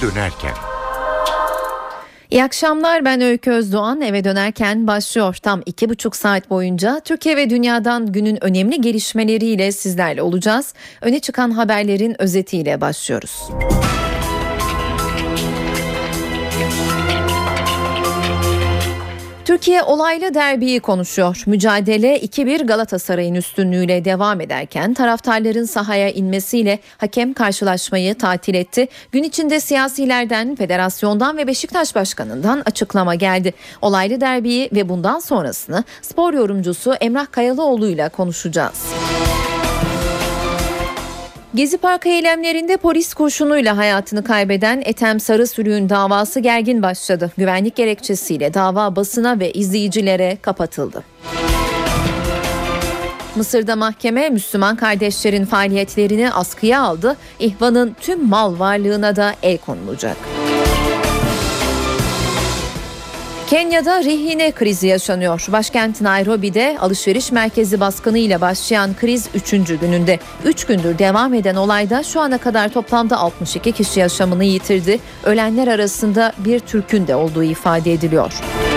dönerken. İyi akşamlar, ben Öykü Özdoğan. Eve dönerken başlıyor. Tam 2,5 saat boyunca Türkiye ve dünyadan günün önemli gelişmeleriyle sizlerle olacağız. Öne çıkan haberlerin özetiyle başlıyoruz. Türkiye olaylı derbiyi konuşuyor. Mücadele 2-1 Galatasaray'ın üstünlüğüyle devam ederken taraftarların sahaya inmesiyle hakem karşılaşmayı tatil etti. Gün içinde siyasilerden, federasyondan ve Beşiktaş Başkanı'ndan açıklama geldi. Olaylı derbiyi ve bundan sonrasını spor yorumcusu Emrah Kayalıoğlu'yla konuşacağız. Gezi Parkı eylemlerinde polis kurşunuyla hayatını kaybeden Ethem Sarısülük'ün davası gergin başladı. Güvenlik gerekçesiyle dava basına ve izleyicilere kapatıldı. Mısır'da mahkeme Müslüman kardeşlerin faaliyetlerini askıya aldı. İhvan'ın tüm mal varlığına da el konulacak. Kenya'da rehine krizi yaşanıyor. Başkent Nairobi'de alışveriş merkezi baskınıyla başlayan kriz 3. gününde. 3 gündür devam eden olayda şu ana kadar toplamda 62 kişi yaşamını yitirdi. Ölenler arasında bir Türk'ün de olduğu ifade ediliyor.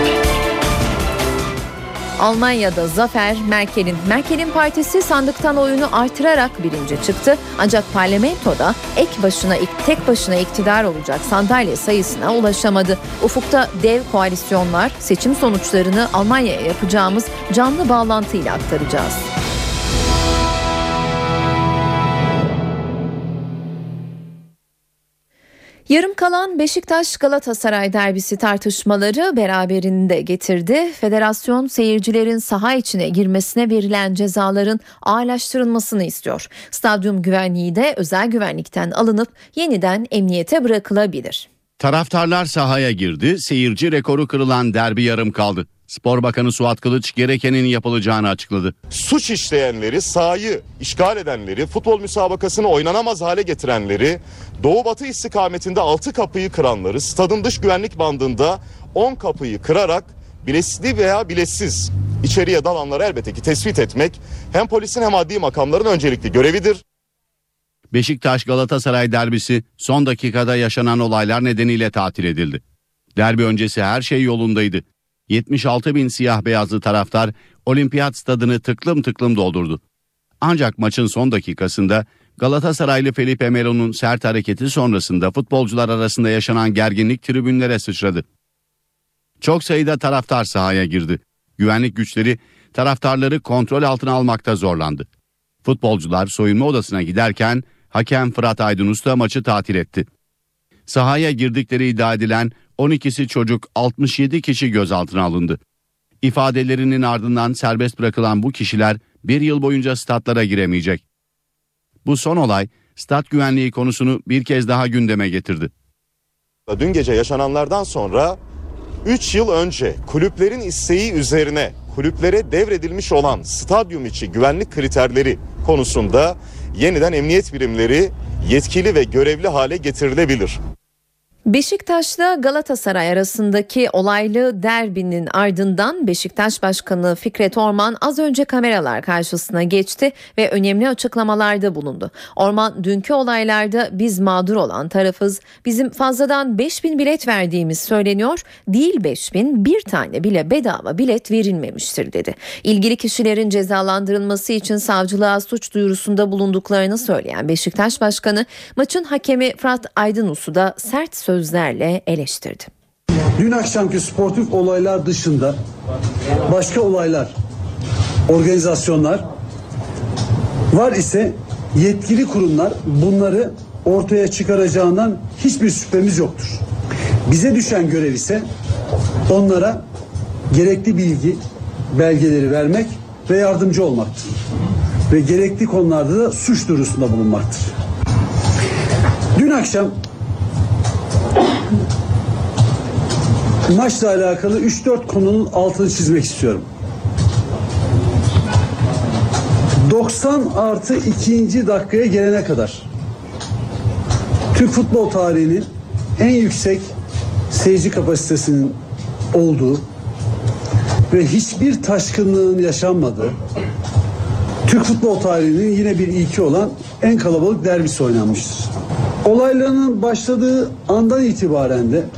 Almanya'da zafer Merkel'in partisi sandıktan oyunu artırarak birinci çıktı. Ancak parlamentoda tek başına iktidar olacak sandalye sayısına ulaşamadı. Ufukta dev koalisyonlar, seçim sonuçlarını Almanya'ya yapacağımız canlı bağlantıyla aktaracağız. Yarım kalan Beşiktaş-Galatasaray derbisi tartışmaları beraberinde getirdi. Federasyon seyircilerin saha içine girmesine verilen cezaların ağırlaştırılmasını istiyor. Stadyum güvenliği de özel güvenlikten alınıp yeniden emniyete bırakılabilir. Taraftarlar sahaya girdi, seyirci rekoru kırılan derbi yarım kaldı. Spor Bakanı Suat Kılıç gerekenin yapılacağını açıkladı. Suç işleyenleri, sahayı işgal edenleri, futbol müsabakasını oynanamaz hale getirenleri, Doğu Batı istikametinde 6 kapıyı kıranları, stadın dış güvenlik bandında 10 kapıyı kırarak biletli veya biletsiz içeriye dalanları elbette ki tespit etmek hem polisin hem adli makamların öncelikli görevidir. Beşiktaş-Galatasaray derbisi son dakikada yaşanan olaylar nedeniyle tatil edildi. Derbi öncesi her şey yolundaydı. 76 bin siyah beyazlı taraftar Olimpiyat Stadını tıklım tıklım doldurdu. Ancak maçın son dakikasında Galatasaraylı Felipe Melo'nun sert hareketi sonrasında futbolcular arasında yaşanan gerginlik tribünlere sıçradı. Çok sayıda taraftar sahaya girdi. Güvenlik güçleri taraftarları kontrol altına almakta zorlandı. Futbolcular soyunma odasına giderken hakem Fırat Aydınus maçı tatil etti. Sahaya girdikleri iddia edilen 12'si çocuk, 67 kişi gözaltına alındı. İfadelerinin ardından serbest bırakılan bu kişiler bir yıl boyunca statlara giremeyecek. Bu son olay stat güvenliği konusunu bir kez daha gündeme getirdi. Dün gece yaşananlardan sonra 3 yıl önce kulüplerin isteği üzerine kulüplere devredilmiş olan stadyum içi güvenlik kriterleri konusunda yeniden emniyet birimleri yetkili ve görevli hale getirilebilir. Beşiktaş'la Galatasaray arasındaki olaylı derbinin ardından Beşiktaş Başkanı Fikret Orman az önce kameralar karşısına geçti ve önemli açıklamalarda bulundu. Orman dünkü olaylarda biz mağdur olan tarafız, bizim fazladan 5.000 bilet verdiğimiz söyleniyor, değil 5.000 bir tane bile bedava bilet verilmemiştir dedi. İlgili kişilerin cezalandırılması için savcılığa suç duyurusunda bulunduklarını söyleyen Beşiktaş Başkanı maçın hakemi Fırat Aydınus'u da sert sözlerle eleştirdi. Dün akşamki sportif olaylar dışında başka olaylar, organizasyonlar var ise yetkili kurumlar bunları ortaya çıkaracağından hiçbir şüphemiz yoktur. Bize düşen görev ise onlara gerekli bilgi, belgeleri vermek ve yardımcı olmaktır. Ve gerekli konularda da suç duyurusunda bulunmaktır. Dün akşam maçla alakalı 3-4 konunun altını çizmek istiyorum. 90+2. dakikaya gelene kadar Türk futbol tarihinin en yüksek seyirci kapasitesinin olduğu ve hiçbir taşkınlığın yaşanmadığı, Türk futbol tarihinin yine bir ilki olan en kalabalık derbisi oynanmıştır. Olayların başladığı andan itibaren de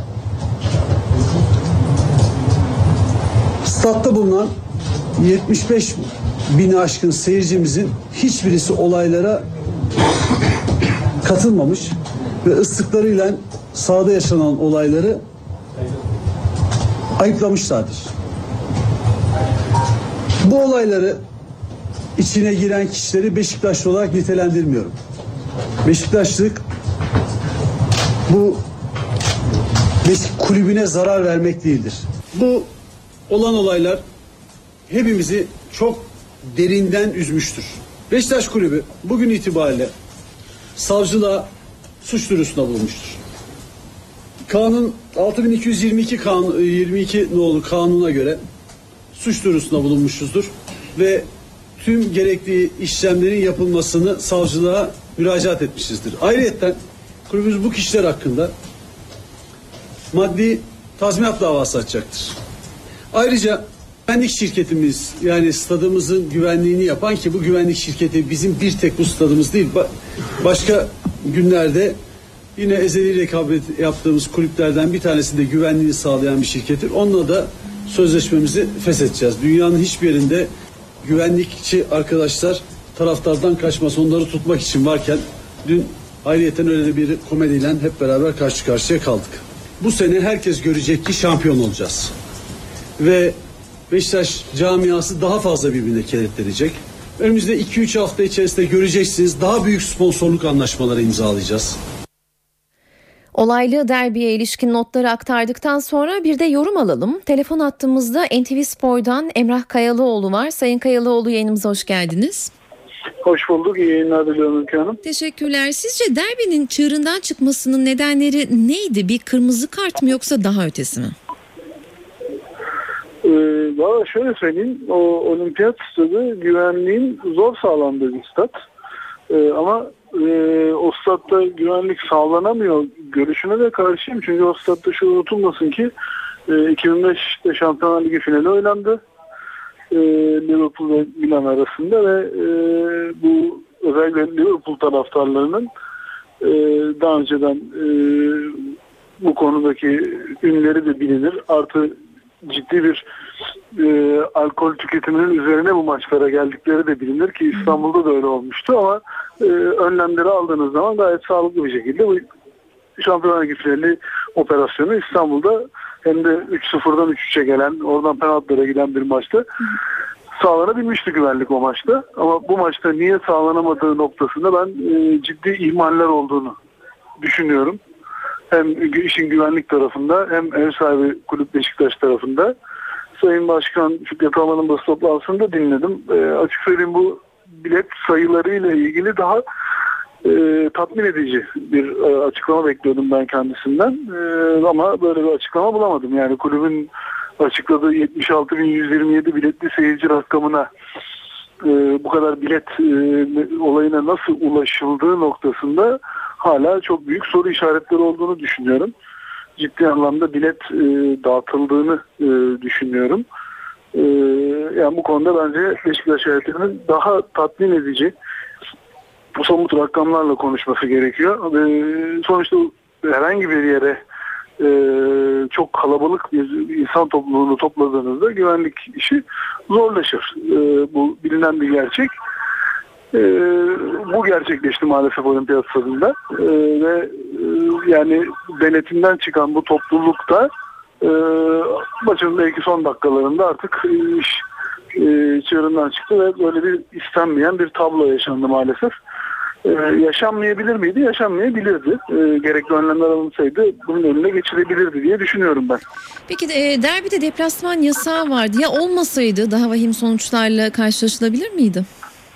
statta bulunan 75 bini aşkın seyircimizin hiçbirisi olaylara katılmamış ve ıslıklarıyla sahada yaşanan olayları ayıplamışlardır. Bu olayları içine giren kişileri Beşiktaşlı olarak nitelendirmiyorum. Beşiktaşlık bu kulübüne zarar vermek değildir. Bu olan olaylar hepimizi çok derinden üzmüştür. Beşiktaş Kulübü bugün itibariyle savcılığa suç duyurusunda bulunmuştur. Kanun 6222 nolu kanuna göre suç duyurusunda bulunmuşuzdur ve tüm gerekli işlemlerin yapılmasını savcılığa müracaat etmişizdir. Ayrıca kulübümüz bu kişiler hakkında maddi tazminat davası açacaktır. Ayrıca güvenlik şirketimiz, yani stadımızın güvenliğini yapan, ki bu güvenlik şirketi bizim bir tek bu stadımız değil, başka günlerde yine ezeli rekabet yaptığımız kulüplerden bir tanesinde güvenliğini sağlayan bir şirkettir. Onunla da sözleşmemizi feshedeceğiz. Dünyanın hiçbir yerinde güvenlikçi arkadaşlar taraftardan kaçmaz, onları tutmak için varken dün ayrıyeten öyle bir komediyle hep beraber karşı karşıya kaldık. Bu sene herkes görecek ki şampiyon olacağız. Ve Beşiktaş camiası daha fazla birbirine kenetlenecek. Önümüzde 2-3 hafta içerisinde göreceksiniz, daha büyük sponsorluk anlaşmaları imzalayacağız. Olaylı derbiye ilişkin notları aktardıktan sonra bir de yorum alalım. Telefon hattımızda NTV Spor'dan Emrah Kayalıoğlu var. Sayın Kayalıoğlu, yayınımıza hoş geldiniz. Hoş bulduk. İyi yayınlar diliyorum Ülke Hanım. Teşekkürler. Sizce derbinin çığırından çıkmasının nedenleri neydi? Bir kırmızı kart mı yoksa daha ötesi mi? Valla şöyle söyleyeyim. O olimpiyat stadı güvenliğin zor sağlandığı bir stat. Ama o statta güvenlik sağlanamıyor görüşüne de karşıyım. Çünkü o statta şu unutulmasın ki 2005'te Şampiyonlar Ligi finali oynandı. Liverpool ve Milan arasında ve bu özellikle Liverpool taraftarlarının daha önceden bu konudaki ünleri de bilinir. Artı ciddi bir alkol tüketiminin üzerine bu maçlara geldikleri de bilinir ki İstanbul'da da öyle olmuştu ama önlemleri aldığınız zaman gayet sağlıklı bir şekilde bu Şampiyonlar Ligi finali operasyonu İstanbul'da hem de 3-0'dan 3-3'e gelen, oradan penaltılara giden bir maçta sağlanabilmişti güvenlik o maçta. Ama bu maçta niye sağlanamadığı noktasında ben ciddi ihmaller olduğunu düşünüyorum. Hem işin güvenlik tarafında hem ev sahibi Kulüp Beşiktaş tarafında. Sayın Başkan Fikret Orman'ın basın toplantısında dinledim. Açık söyleyeyim, bu bilet sayılarıyla ilgili daha tatmin edici bir açıklama bekliyordum ben kendisinden. Ama böyle bir açıklama bulamadım. Yani kulübün açıkladığı 76.127 biletli seyirci rakamına bu kadar bilet olayına nasıl ulaşıldığı noktasında hala çok büyük soru işaretleri olduğunu düşünüyorum. Ciddi anlamda bilet dağıtıldığını düşünüyorum. Yani bu konuda bence Beşiktaş yönetiminin daha tatmin edici bu somut rakamlarla konuşması gerekiyor. Sonuçta herhangi bir yere çok kalabalık bir insan topluluğunu topladığınızda güvenlik işi zorlaşır. Bu bilinen bir gerçek. Bu gerçekleşti maalesef olimpiyat stadında ve yani denetimden çıkan bu toplulukta maçın belki son dakikalarında artık iş çığırından çıktı ve böyle bir istenmeyen bir tablo yaşandı maalesef. Yaşanmayabilir miydi? Yaşanmayabilirdi. Gerekli önlemler alınsaydı bunun önüne geçilebilirdi diye düşünüyorum ben. Peki derbide deplasman yasağı vardı. Ya olmasaydı daha vahim sonuçlarla karşılaşılabilir miydi?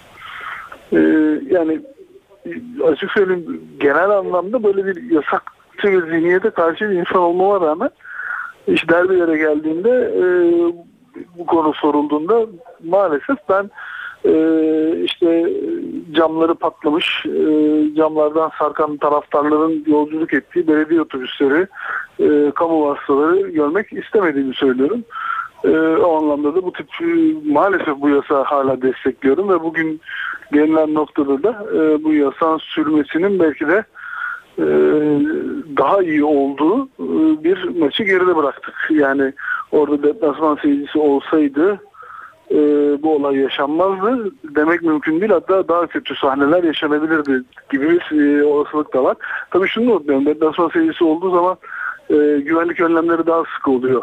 Yani açık söyleyeyim, genel anlamda böyle bir yasakçı bir zihniyete karşı bir insan olmama rağmen iş derbilere geldiğinde bu konu sorulduğunda maalesef ben işte camları patlamış, camlardan sarkan taraftarların yolculuk ettiği belediye otobüsleri, kamu vasıtaları görmek istemediğimi söylüyorum. O anlamda da bu tip maalesef bu yasağı hala destekliyorum ve bugün gelinen noktada da bu yasağın sürmesinin belki de daha iyi olduğu bir maçı geride bıraktık. Yani orada deplasman seyircisi olsaydı bu olay yaşanmazdı demek mümkün değil. Hatta daha kötü sahneler yaşanabilirdi gibi bir olasılık da var. Tabii şunu unutmayalım. Deplasman seyircisi olduğu zaman güvenlik önlemleri daha sıkı oluyor.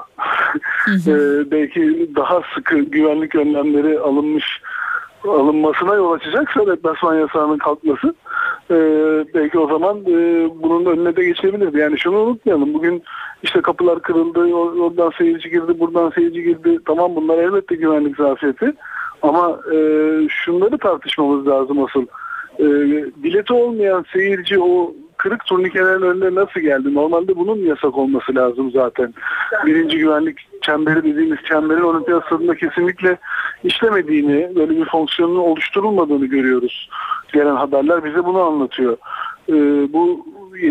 Belki daha sıkı güvenlik önlemleri alınmasına yol açacaksa deplasman yasağının kalkması belki o zaman bunun önüne de geçebilirdi. Yani şunu unutmayalım. Bugün işte kapılar kırıldı, oradan seyirci girdi, buradan seyirci girdi. Tamam, bunlar elbette güvenlik zafiyeti. Ama şunları tartışmamız lazım asıl. Bileti olmayan seyirci o kırık turnikelerin önüne nasıl geldi? Normalde bunun yasak olması lazım zaten. Birinci güvenlik çemberi dediğimiz çemberin olimpiyat stadında kesinlikle işlemediğini, böyle bir fonksiyonun oluşturulmadığını görüyoruz. Gelen haberler bize bunu anlatıyor. Bu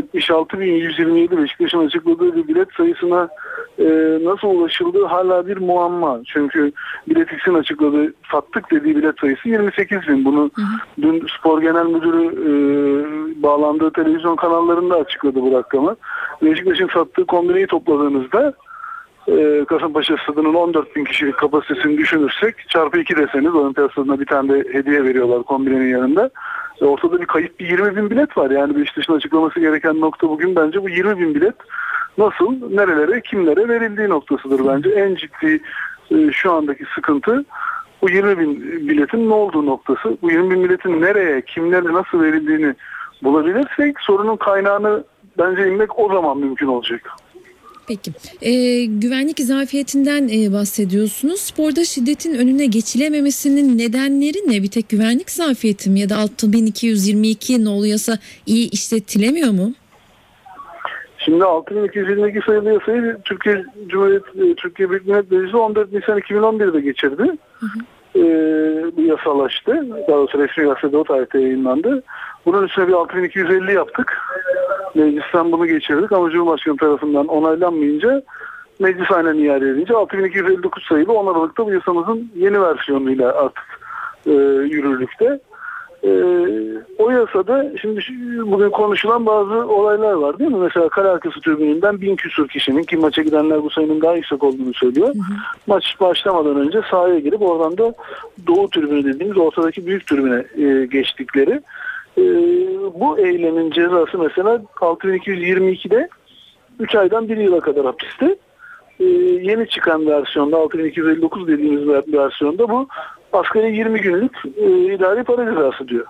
76.127 Beşiktaş'ın açıkladığı bir bilet sayısına nasıl ulaşıldığı hala bir muamma. Çünkü Bilet X'in açıkladığı, sattık dediği bilet sayısı 28.000. Bunu dün Spor Genel Müdürü bağlandığı televizyon kanallarında açıkladı bu rakamı. Beşiktaş'ın sattığı kombineyi topladığınızda Kasımpaşa Stadı'nın 14.000 kişilik kapasitesini düşünürsek çarpı 2 deseniz, Olimpiyat Stadı'na bir tane de hediye veriyorlar kombinenin yanında. Ortada bir kayıp bir 20.000 bilet var. Yani Beşiktaş'ın açıklaması gereken nokta bugün bence bu 20.000 bilet nasıl, nerelere, kimlere verildiği noktasıdır bence. En ciddi şu andaki sıkıntı bu 20.000 biletin ne olduğu noktası. Bu 20.000 biletin nereye, kimlere, nasıl verildiğini bulabilirsek sorunun kaynağını bence inmek o zaman mümkün olacak. Peki. Güvenlik zafiyetinden bahsediyorsunuz. Sporda şiddetin önüne geçilememesinin nedenleri ne? Bir tek güvenlik zafiyeti mi ya da 6222 nolu yasa iyi işletilemiyor mu? Şimdi 6222 sayılı yasayı Türkiye Büyük Millet Meclisi 14 Nisan 2011'de geçirdi. Bu yasalaştı. Daha doğrusu resmi gazetede o tarihte yayınlandı. Bunun üstüne bir 6250 yaptık. Meclisten bunu geçirdik ama Cumhurbaşkanı tarafından onaylanmayınca meclis aynen iade edince 6259 sayılı 10 Aralık'ta bu yasamızın yeni versiyonuyla artık yürürlükte. O yasada şimdi bugün konuşulan bazı olaylar var değil mi? Mesela kale arkası tribününden 1000 küsur kişinin, ki maça gidenler bu sayının daha yüksek olduğunu söylüyor. Maç başlamadan önce sahaya girip oradan da Doğu tribünü dediğimiz ortadaki büyük tribüne geçtikleri. Bu eylemin cezası mesela 6222'de 3 aydan 1 yıla kadar hapiste. Yeni çıkan versiyonda 6259 dediğimiz versiyonda bu asgari 20 günlük idari para cezası diyor.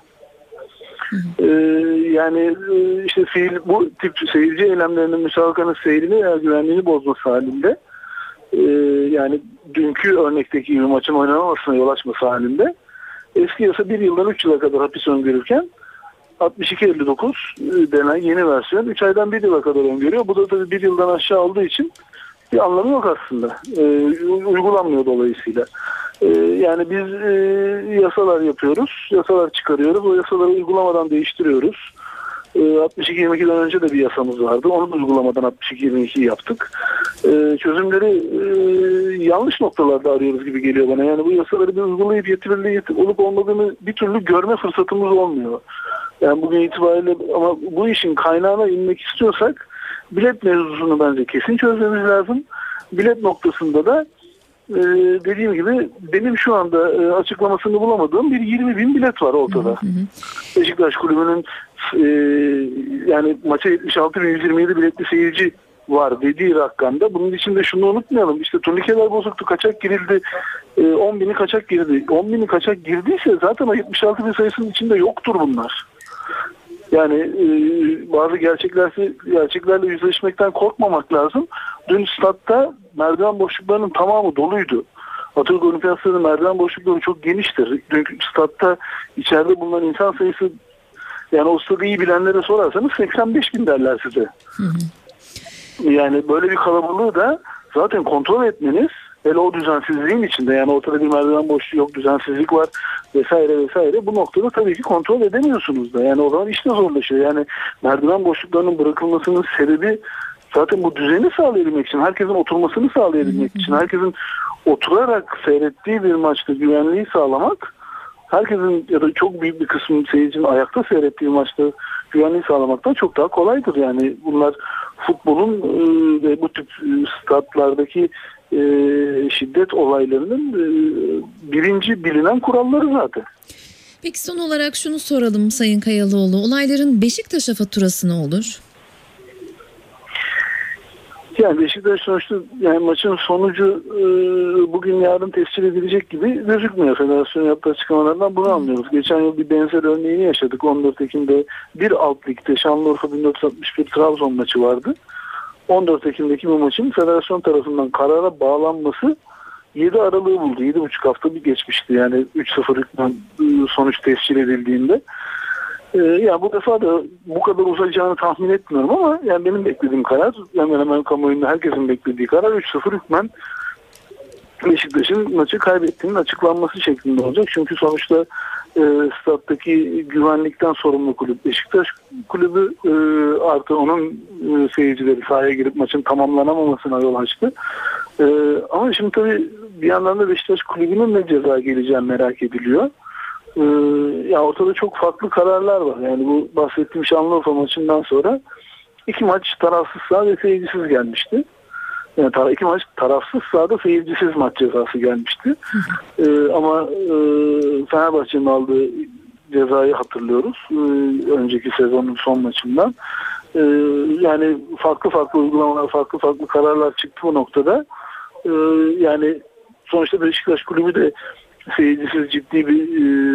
Yani işte bu tip seyirci eylemlerinin müsabakanın seyrini veya güvenliğini bozması halinde, yani dünkü örnekteki gibi maçın oynanmamasına yol açması halinde eski yasa 1 yıldan 3 yıla kadar hapis öngörürken 6259 denen yeni versiyon 3 aydan 1 yıla kadar öngörüyor. Bu da tabii 1 yıldan aşağı olduğu için bir anlamı yok aslında. Uygulanmıyor dolayısıyla. Yani biz yasalar yapıyoruz, yasalar çıkarıyoruz. O yasaları uygulamadan değiştiriyoruz. 62-22'den önce de bir yasamız vardı. Onu da uygulamadan 62-22'yi yaptık. Çözümleri yanlış noktalarda arıyoruz gibi geliyor bana. Yani bu yasaları bir uygulayıp yeterli olup olmadığını bir türlü görme fırsatımız olmuyor. Yani bugün itibariyle, ama bu işin kaynağına inmek istiyorsak bilet mevzusunu bence kesin çözmemiz lazım. Bilet noktasında da dediğim gibi benim şu anda açıklamasını bulamadığım bir 20.000 bilet var ortada. Beşiktaş Kulübü'nün yani maça 76.127 biletli seyirci var dediği rakamda. Bunun içinde şunu unutmayalım. İşte turnikeler bozuktu, kaçak girildi. 10.000'i kaçak girdi. 10.000'i kaçak girdiyse zaten o 76.000 sayısının içinde yoktur bunlar. Yani bazı gerçeklerle yüzleşmekten korkmamak lazım. Dün statta merdiven boşluklarının tamamı doluydu. Atatürk Olimpiyat Stadı'nın merdiven boşlukları çok geniştir. Dün statta içeride bulunan insan sayısı, yani o stadı iyi bilenlere sorarsanız 85.000 derler size. Yani böyle bir kalabalığı da zaten kontrol etmeniz, hele o düzensizliğin içinde, yani ortada bir merdiven boşluğu yok, düzensizlik var vesaire vesaire, bu noktada tabii ki kontrol edemiyorsunuz da. Yani o zaman iş de zorlaşıyor. Yani merdiven boşluklarının bırakılmasının sebebi zaten bu düzeni sağlayabilmek için, herkesin oturmasını sağlayabilmek için, herkesin oturarak seyrettiği bir maçta güvenliği sağlamak herkesin ya da çok büyük bir kısmı seyircinin ayakta seyrettiği maçta güvenliği sağlamaktan çok daha kolaydır. Yani bunlar futbolun ve bu tip statlardaki şiddet olaylarının birinci bilinen kuralları zaten. Peki son olarak şunu soralım Sayın Kayalıoğlu. Olayların Beşiktaş'a faturası ne olur? Yani Beşiktaş sonuçta yani maçın sonucu bugün yarın tescil edilecek gibi gözükmüyor. Federasyon yaptığı açıklamalardan bunu anlıyoruz. Geçen yıl bir benzer örneğini yaşadık. 14 Ekim'de bir alt ligde Şanlıurfa 1961 Trabzon maçı vardı. 14 Ekim'deki bu maçın federasyon tarafından karara bağlanması 7 Aralık'ı buldu. 7,5 hafta bir geçmişti. Yani 3-0'lık sonuç tescil edildiğinde. Yani bu defa da bu kadar uzayacağını tahmin etmiyorum ama yani benim beklediğim karar, hemen hemen kamuoyunda herkesin beklediği karar 3-0 hükmen Beşiktaş'ın maçı kaybettiğinin açıklanması şeklinde olacak. Çünkü sonuçta stat'taki güvenlikten sorumlu kulüp Beşiktaş kulübü, artı onun seyircileri sahaya girip maçın tamamlanamamasına yol açtı. Ama şimdi tabii bir yandan da Beşiktaş kulübünün ne ceza geleceğini merak ediliyor. Ya ortada çok farklı kararlar var. Yani bu bahsettiğim Şanlıurfa maçından sonra 2 maç tarafsız saha ve seyircisiz gelmişti. Yani 2 maç tarafsız sahada seyircisiz maç cezası gelmişti. Ama Fenerbahçe'nin aldığı cezayı hatırlıyoruz. Önceki sezonun son maçından. Yani farklı uygulamalar, farklı kararlar çıktı bu noktada. Yani sonuçta Beşiktaş kulübü de seyircisiz ciddi bir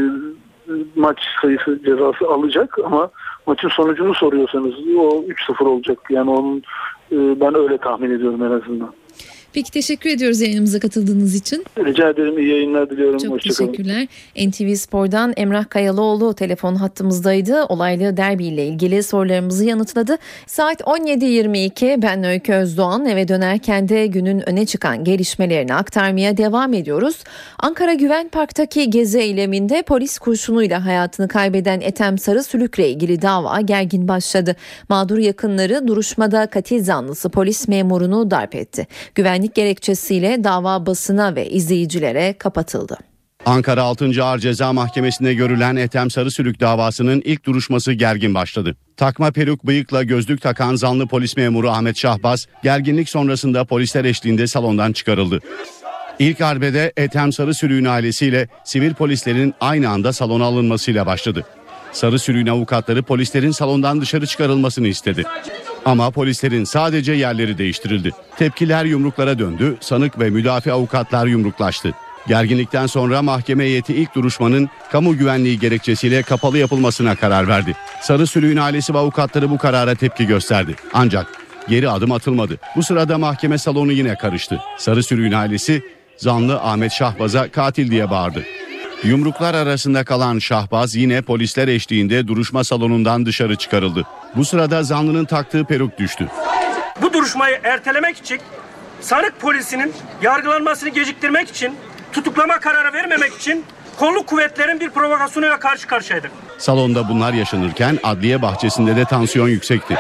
maç sayısı cezası alacak ama maçın sonucunu soruyorsanız o 3-0 olacak. Yani onun ben öyle tahmin ediyorum en azından. Peki teşekkür ediyoruz yayınımıza katıldığınız için. Rica ederim. İyi yayınlar diliyorum. Çok Hoşçakalın. teşekkürler. NTV Spor'dan Emrah Kayalıoğlu telefon hattımızdaydı. Olaylı derbiyle ilgili sorularımızı yanıtladı. Saat 17.22 ben Öykü Özdoğan, eve dönerken de günün öne çıkan gelişmelerini aktarmaya devam ediyoruz. Ankara Güven Park'taki gezi eyleminde polis kurşunuyla hayatını kaybeden Ethem Sarısülük'le ilgili dava gergin başladı. Mağdur yakınları duruşmada katil zanlısı polis memurunu darp etti. Güvenlik gerekçesiyle dava basına ve izleyicilere kapatıldı. Ankara 6. Ağır Ceza Mahkemesi'nde görülen Ethem Sarısülük davasının ilk duruşması gergin başladı. Takma peruk bıyıkla gözlük takan zanlı polis memuru Ahmet Şahbaz, gerginlik sonrasında polisler eşliğinde salondan çıkarıldı. İlk arbede Ethem Sarısülük'ün ailesiyle sivil polislerin aynı anda salona alınmasıyla başladı. Sarısülük'ün avukatları polislerin salondan dışarı çıkarılmasını istedi. Ama polislerin sadece yerleri değiştirildi. Tepkiler yumruklara döndü, sanık ve müdafi avukatlar yumruklaştı. Gerginlikten sonra mahkeme heyeti ilk duruşmanın kamu güvenliği gerekçesiyle kapalı yapılmasına karar verdi. Sarısülük'ün ailesi ve avukatları bu karara tepki gösterdi. Ancak geri adım atılmadı. Bu sırada mahkeme salonu yine karıştı. Sarısülük'ün ailesi zanlı Ahmet Şahbaz'a katil diye bağırdı. Yumruklar arasında kalan Şahbaz yine polisler eşliğinde duruşma salonundan dışarı çıkarıldı. Bu sırada zanlının taktığı peruk düştü. Bu duruşmayı ertelemek için, sanık polisinin yargılanmasını geciktirmek için, tutuklama kararı vermemek için kolluk kuvvetlerin bir provokasyonuyla karşı karşıyaydık. Salonda bunlar yaşanırken adliye bahçesinde de tansiyon yüksekti.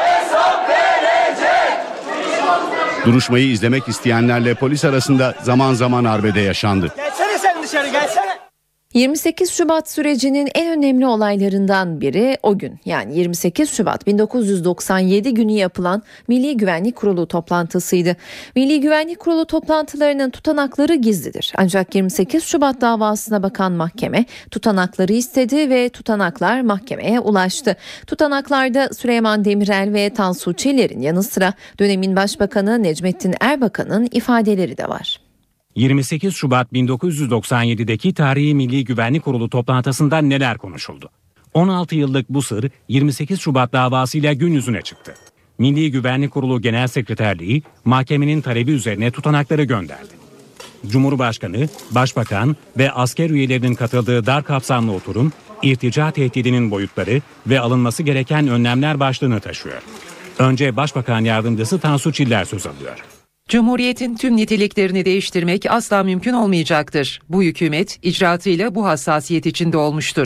Duruşmayı izlemek isteyenlerle polis arasında zaman zaman arbede yaşandı. Gelsene sen dışarı, gelsene. 28 Şubat sürecinin en önemli olaylarından biri o gün, yani 28 Şubat 1997 günü yapılan Milli Güvenlik Kurulu toplantısıydı. Milli Güvenlik Kurulu toplantılarının tutanakları gizlidir. Ancak 28 Şubat davasına bakan mahkeme tutanakları istedi ve tutanaklar mahkemeye ulaştı. Tutanaklarda Süleyman Demirel ve Tansu Çiller'in yanı sıra dönemin Başbakanı Necmettin Erbakan'ın ifadeleri de var. 28 Şubat 1997'deki Tarihi Milli Güvenlik Kurulu toplantısında neler konuşuldu? 16 yıllık bu sır 28 Şubat davasıyla gün yüzüne çıktı. Milli Güvenlik Kurulu Genel Sekreterliği mahkemenin talebi üzerine tutanakları gönderdi. Cumhurbaşkanı, Başbakan ve asker üyelerinin katıldığı dar kapsamlı oturum, irtica tehdidinin boyutları ve alınması gereken önlemler başlığını taşıyor. Önce Başbakan Yardımcısı Tansu Çiller söz alıyor. Cumhuriyetin tüm niteliklerini değiştirmek asla mümkün olmayacaktır. Bu hükümet icraatıyla bu hassasiyet içinde olmuştur.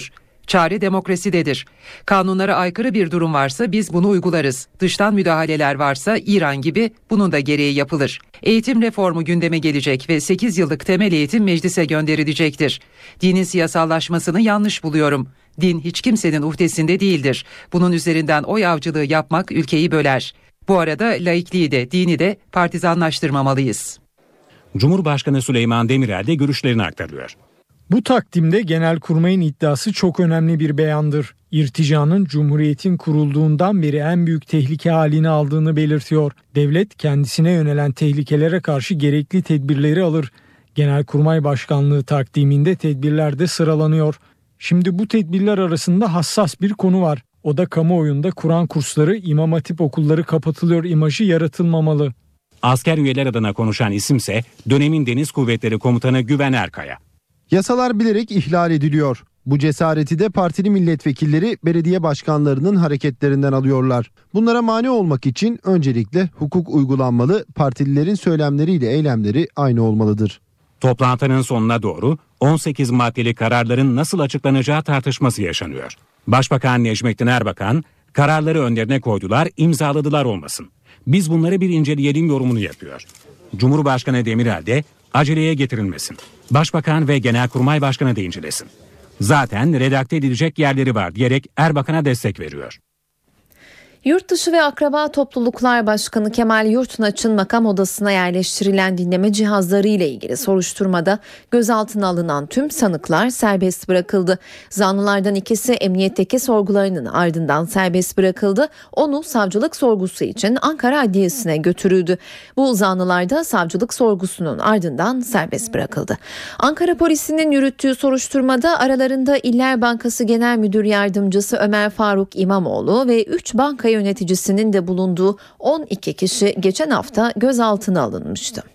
Çare demokrasidedir. Kanunlara aykırı bir durum varsa biz bunu uygularız. Dıştan müdahaleler varsa İran gibi bunun da gereği yapılır. Eğitim reformu gündeme gelecek ve 8 yıllık temel eğitim meclise gönderilecektir. Dinin siyasallaşmasını yanlış buluyorum. Din hiç kimsenin uhdesinde değildir. Bunun üzerinden oy avcılığı yapmak ülkeyi böler. Bu arada laikliği de dini de partizanlaştırmamalıyız. Cumhurbaşkanı Süleyman Demirel de görüşlerini aktarıyor. Bu takdimde Genelkurmay'ın iddiası çok önemli bir beyandır. İrticanın Cumhuriyet'in kurulduğundan beri en büyük tehlike halini aldığını belirtiyor. Devlet kendisine yönelen tehlikelere karşı gerekli tedbirleri alır. Genelkurmay Başkanlığı takdiminde tedbirler de sıralanıyor. Şimdi bu tedbirler arasında hassas bir konu var. O da kamuoyunda Kur'an kursları, İmam Hatip okulları kapatılıyor imajı yaratılmamalı. Asker üyeler adına konuşan isimse dönemin Deniz Kuvvetleri Komutanı Güven Erkaya. Yasalar bilerek ihlal ediliyor. Bu cesareti de partili milletvekilleri belediye başkanlarının hareketlerinden alıyorlar. Bunlara mani olmak için öncelikle hukuk uygulanmalı, partililerin söylemleriyle eylemleri aynı olmalıdır. Toplantının sonuna doğru 18 maddeli kararların nasıl açıklanacağı tartışması yaşanıyor. Başbakan Necmettin Erbakan, kararları önlerine koydular, imzaladılar olmasın. Biz bunları bir inceleyelim yorumunu yapıyor. Cumhurbaşkanı Demirel de aceleye getirilmesin. Başbakan ve Genelkurmay Başkanı da incelesin. Zaten redakte edilecek yerleri var diyerek Erbakan'a destek veriyor. Yurtdışı ve Akraba Topluluklar Başkanı Kemal Yurtnaç'ın makam odasına yerleştirilen dinleme cihazları ile ilgili soruşturmada gözaltına alınan tüm sanıklar serbest bırakıldı. Zanlılardan ikisi emniyetteki sorgularının ardından serbest bırakıldı. Onu savcılık sorgusu için Ankara Adliyesi'ne götürüldü. Bu zanlılar da savcılık sorgusunun ardından serbest bırakıldı. Ankara Polisi'nin yürüttüğü soruşturmada aralarında İller Bankası Genel Müdür Yardımcısı Ömer Faruk İmamoğlu ve 3 banka yöneticisinin de bulunduğu 12 kişi geçen hafta gözaltına alınmıştı.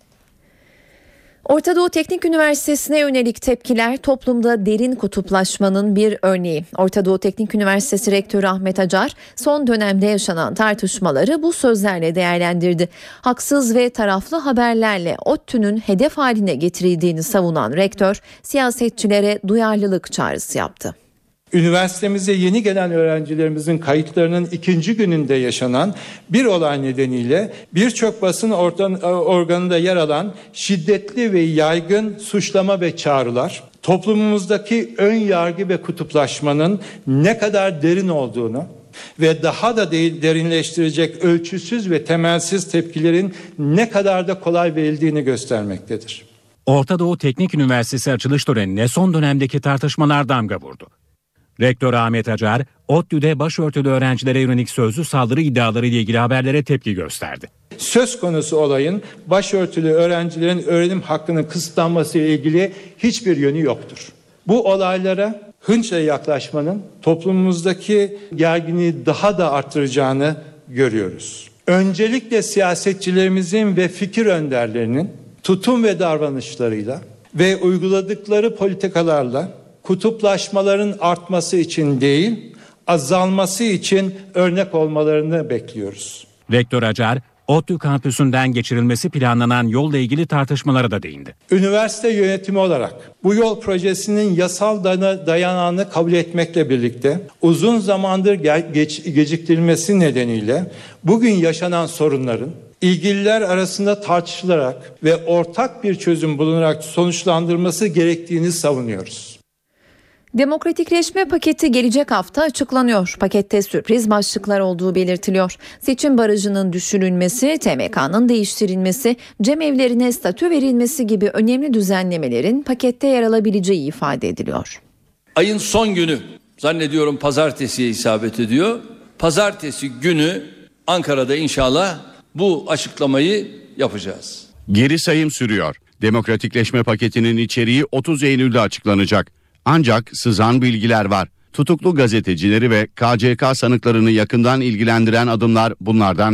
Orta Doğu Teknik Üniversitesi'ne yönelik tepkiler toplumda derin kutuplaşmanın bir örneği. Orta Doğu Teknik Üniversitesi Rektörü Ahmet Acar son dönemde yaşanan tartışmaları bu sözlerle değerlendirdi. Haksız ve taraflı haberlerle ODTÜ'nün hedef haline getirildiğini savunan rektör siyasetçilere duyarlılık çağrısı yaptı. Üniversitemize yeni gelen öğrencilerimizin kayıtlarının 2. gününde yaşanan bir olay nedeniyle birçok basın organında yer alan şiddetli ve yaygın suçlama ve çağrılar, toplumumuzdaki ön yargı ve kutuplaşmanın ne kadar derin olduğunu ve daha da derinleştirecek ölçüsüz ve temelsiz tepkilerin ne kadar da kolay verildiğini göstermektedir. Orta Doğu Teknik Üniversitesi açılış törenine son dönemdeki tartışmalar damga vurdu. Rektör Ahmet Acar, ODTÜ'de başörtülü öğrencilere yönelik sözlü saldırı iddiaları ile ilgili haberlere tepki gösterdi. Söz konusu olayın başörtülü öğrencilerin öğrenim hakkının kısıtlanması ile ilgili hiçbir yönü yoktur. Bu olaylara hınçla yaklaşmanın toplumumuzdaki gerginliği daha da arttıracağını görüyoruz. Öncelikle siyasetçilerimizin ve fikir önderlerinin tutum ve davranışlarıyla ve uyguladıkları politikalarla kutuplaşmaların artması için değil, azalması için örnek olmalarını bekliyoruz. Rektör Acar, ODTÜ kampüsünden geçirilmesi planlanan yolla ilgili tartışmalara da değindi. Üniversite yönetimi olarak bu yol projesinin yasal dayanağını kabul etmekle birlikte uzun zamandır geciktirilmesi nedeniyle bugün yaşanan sorunların ilgililer arasında tartışılarak ve ortak bir çözüm bulunarak sonuçlandırılması gerektiğini savunuyoruz. Demokratikleşme paketi gelecek hafta açıklanıyor. Pakette sürpriz başlıklar olduğu belirtiliyor. Seçim barajının düşürülmesi, TMK'nın değiştirilmesi, cemevlerine statü verilmesi gibi önemli düzenlemelerin pakette yer alabileceği ifade ediliyor. Ayın son günü, zannediyorum pazartesiye isabet ediyor. Pazartesi günü Ankara'da inşallah bu açıklamayı yapacağız. Geri sayım sürüyor. Demokratikleşme paketinin içeriği 30 Eylül'de açıklanacak. Ancak sızan bilgiler var. Tutuklu gazetecileri ve KCK sanıklarını yakından ilgilendiren adımlar bunlardan biri.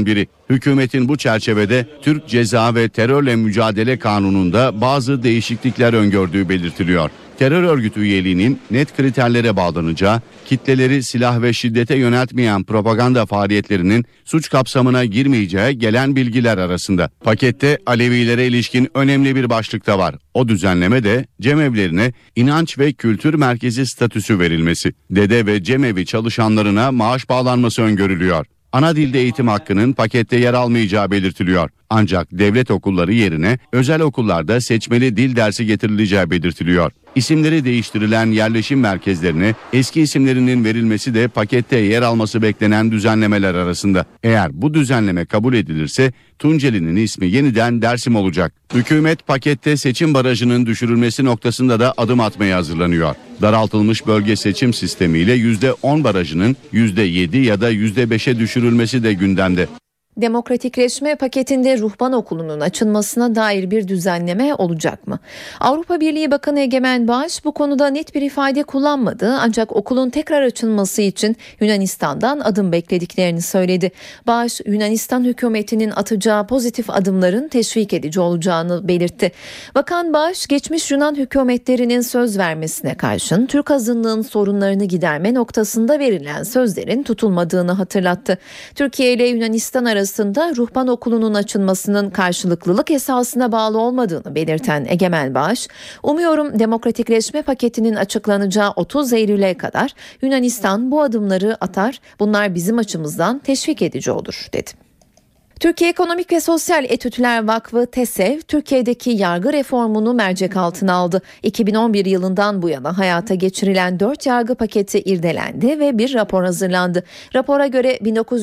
Hükümetin bu çerçevede Türk Ceza ve Terörle Mücadele Kanunu'nda bazı değişiklikler öngördüğü belirtiliyor. Terör örgütü üyeliğinin net kriterlere bağlanacağı, kitleleri silah ve şiddete yöneltmeyen propaganda faaliyetlerinin suç kapsamına girmeyeceği gelen bilgiler arasında. Pakette Alevilere ilişkin önemli bir başlık da var. O düzenleme de cemevlerine inanç ve kültür merkezi statüsü verilmesi. Dede ve cemevi çalışanlarına maaş bağlanması öngörülüyor. Ana dilde eğitim hakkının pakette yer almayacağı belirtiliyor. Ancak devlet okulları yerine özel okullarda seçmeli dil dersi getirileceği belirtiliyor. İsimleri değiştirilen yerleşim merkezlerine eski isimlerinin verilmesi de pakette yer alması beklenen düzenlemeler arasında. Eğer bu düzenleme kabul edilirse Tunceli'nin ismi yeniden Dersim olacak. Hükümet pakette seçim barajının düşürülmesi noktasında da adım atmaya hazırlanıyor. Daraltılmış bölge seçim sistemiyle %10 barajının %7 ya da %5'e düşürülmesi de gündemde. Demokratikleşme paketinde ruhban okulunun açılmasına dair bir düzenleme olacak mı? Avrupa Birliği Bakanı Egemen Bağış bu konuda net bir ifade kullanmadı, ancak okulun tekrar açılması için Yunanistan'dan adım beklediklerini söyledi. Bağış, Yunanistan hükümetinin atacağı pozitif adımların teşvik edici olacağını belirtti. Bakan Bağış, geçmiş Yunan hükümetlerinin söz vermesine karşın Türk azınlığın sorunlarını giderme noktasında verilen sözlerin tutulmadığını hatırlattı. Türkiye ile Yunanistan arasında ruhban okulunun açılmasının karşılıklılık esasına bağlı olmadığını belirten Egemen Bağış, "Umuyorum demokratikleşme paketinin açıklanacağı 30 Eylül'e kadar Yunanistan bu adımları atar, bunlar bizim açımızdan teşvik edici olur," dedi. Türkiye Ekonomik ve Sosyal Etütler Vakfı TESEV, Türkiye'deki yargı reformunu mercek altına aldı. 2011 yılından bu yana hayata geçirilen 4 yargı paketi irdelendi ve bir rapor hazırlandı. Rapora göre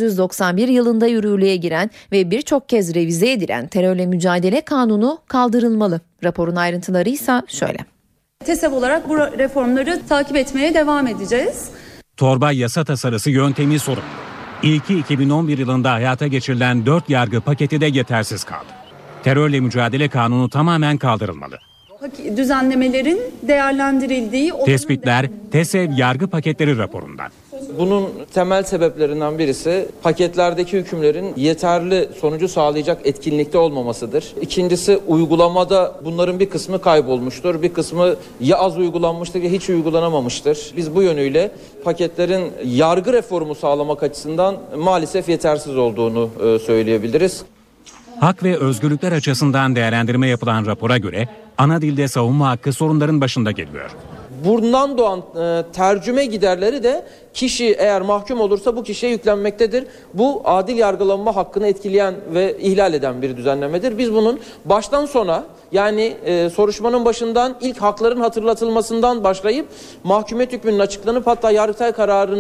1991 yılında yürürlüğe giren ve birçok kez revize edilen Terörle Mücadele Kanunu kaldırılmalı. Raporun ayrıntıları ise şöyle. TESEV olarak bu reformları takip etmeye devam edeceğiz. Torba yasa tasarısı yöntemi sorunlu. İlki 2011 yılında hayata geçirilen 4 yargı paketi de yetersiz kaldı. Terörle Mücadele Kanunu tamamen kaldırılmalı. Düzenlemelerin değerlendirildiği... Tespitler TESEV yargı paketleri raporundan. Bunun temel sebeplerinden birisi paketlerdeki hükümlerin yeterli sonucu sağlayacak etkinlikte olmamasıdır. İkincisi, uygulamada bunların bir kısmı kaybolmuştur. Bir kısmı ya az uygulanmıştır ya hiç uygulanamamıştır. Biz bu yönüyle paketlerin yargı reformu sağlamak açısından maalesef yetersiz olduğunu söyleyebiliriz. Hak ve özgürlükler açısından değerlendirme yapılan rapora göre ana dilde savunma hakkı sorunların başında geliyor. Bundan doğan tercüme giderleri de kişi eğer mahkum olursa bu kişiye yüklenmektedir. Bu adil yargılanma hakkını etkileyen ve ihlal eden bir düzenlemedir. Biz bunun baştan sona, yani soruşturmanın başından ilk hakların hatırlatılmasından başlayıp mahkumiyet hükmünün açıklanıp hatta Yargıtay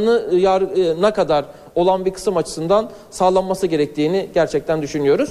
kararına kadar olan bir kısım açısından sağlanması gerektiğini gerçekten düşünüyoruz.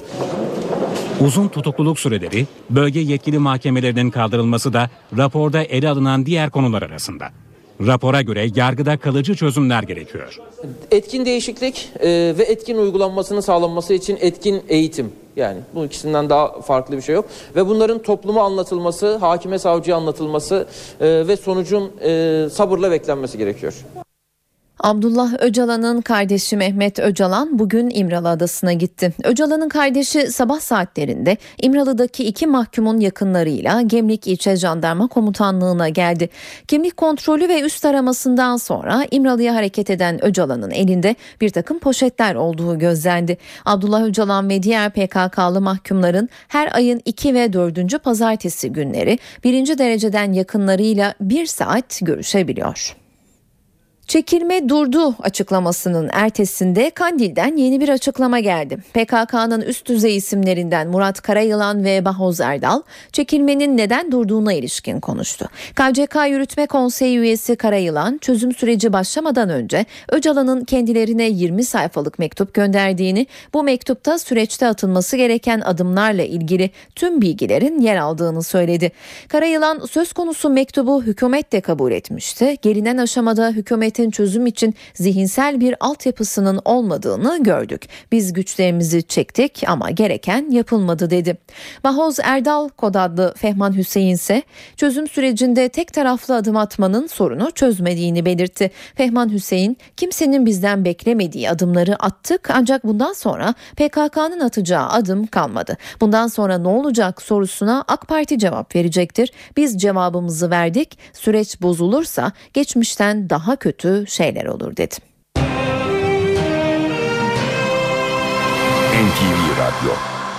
Uzun tutukluluk süreleri, bölge yetkili mahkemelerinin kaldırılması da raporda ele alınan diğer konular arasında. Rapora göre yargıda kalıcı çözümler gerekiyor. Etkin değişiklik ve etkin uygulanmasını sağlanması için etkin eğitim. Yani bu ikisinden daha farklı bir şey yok. Ve bunların topluma anlatılması, hakime savcıya anlatılması ve sonucun sabırla beklenmesi gerekiyor. Abdullah Öcalan'ın kardeşi Mehmet Öcalan bugün İmralı Adası'na gitti. Öcalan'ın kardeşi sabah saatlerinde İmralı'daki 2 mahkumun yakınlarıyla Gemlik İlçe Jandarma Komutanlığı'na geldi. Kimlik kontrolü ve üst aramasından sonra İmralı'ya hareket eden Öcalan'ın elinde bir takım poşetler olduğu gözlendi. Abdullah Öcalan ve diğer PKK'lı mahkumların her ayın 2 ve 4. pazartesi günleri 1. dereceden yakınlarıyla 1 saat görüşebiliyor. Çekilme durdu açıklamasının ertesinde Kandil'den yeni bir açıklama geldi. PKK'nın üst düzey isimlerinden Murat Karayılan ve Bahoz Erdal çekilmenin neden durduğuna ilişkin konuştu. KCK Yürütme Konseyi üyesi Karayılan, çözüm süreci başlamadan önce Öcalan'ın kendilerine 20 sayfalık mektup gönderdiğini, bu mektupta süreçte atılması gereken adımlarla ilgili tüm bilgilerin yer aldığını söyledi. Karayılan, söz konusu mektubu hükümet de kabul etmişti. Gelinen aşamada hükümet siyasetin çözüm için zihinsel bir altyapısının olmadığını gördük. Biz güçlerimizi çektik ama gereken yapılmadı dedi. Mahoz Erdal kod adlı Fehman Hüseyin ise çözüm sürecinde tek taraflı adım atmanın sorunu çözmediğini belirtti. Fehman Hüseyin, kimsenin bizden beklemediği adımları attık ancak bundan sonra PKK'nın atacağı adım kalmadı. Bundan sonra ne olacak sorusuna AK Parti cevap verecektir. Biz cevabımızı verdik. Süreç bozulursa geçmişten daha kötü şeyler olur dedi. NTV Radyo.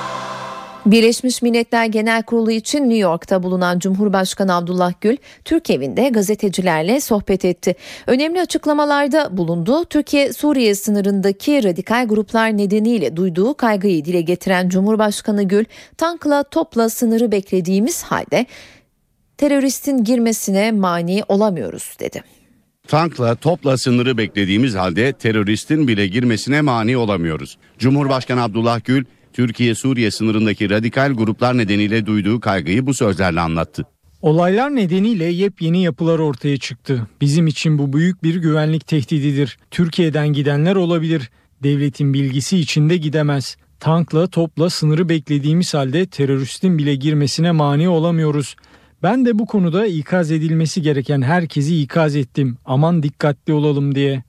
Birleşmiş Milletler Genel Kurulu için New York'ta bulunan Cumhurbaşkanı Abdullah Gül, Türk evinde gazetecilerle sohbet etti. Önemli açıklamalarda bulundu. Türkiye-Suriye sınırındaki radikal gruplar nedeniyle duyduğu kaygıyı dile getiren Cumhurbaşkanı Gül, tankla topla sınırı beklediğimiz halde teröristin girmesine mani olamıyoruz dedi. Tankla topla sınırı beklediğimiz halde teröristin bile girmesine mani olamıyoruz. Cumhurbaşkanı Abdullah Gül, Türkiye-Suriye sınırındaki radikal gruplar nedeniyle duyduğu kaygıyı bu sözlerle anlattı. Olaylar nedeniyle yepyeni yapılar ortaya çıktı. Bizim için bu büyük bir güvenlik tehdididir. Türkiye'den gidenler olabilir. Devletin bilgisi içinde gidemez. Tankla topla sınırı beklediğimiz halde teröristin bile girmesine mani olamıyoruz. Ben de bu konuda ikaz edilmesi gereken herkesi ikaz ettim. Aman dikkatli olalım diye.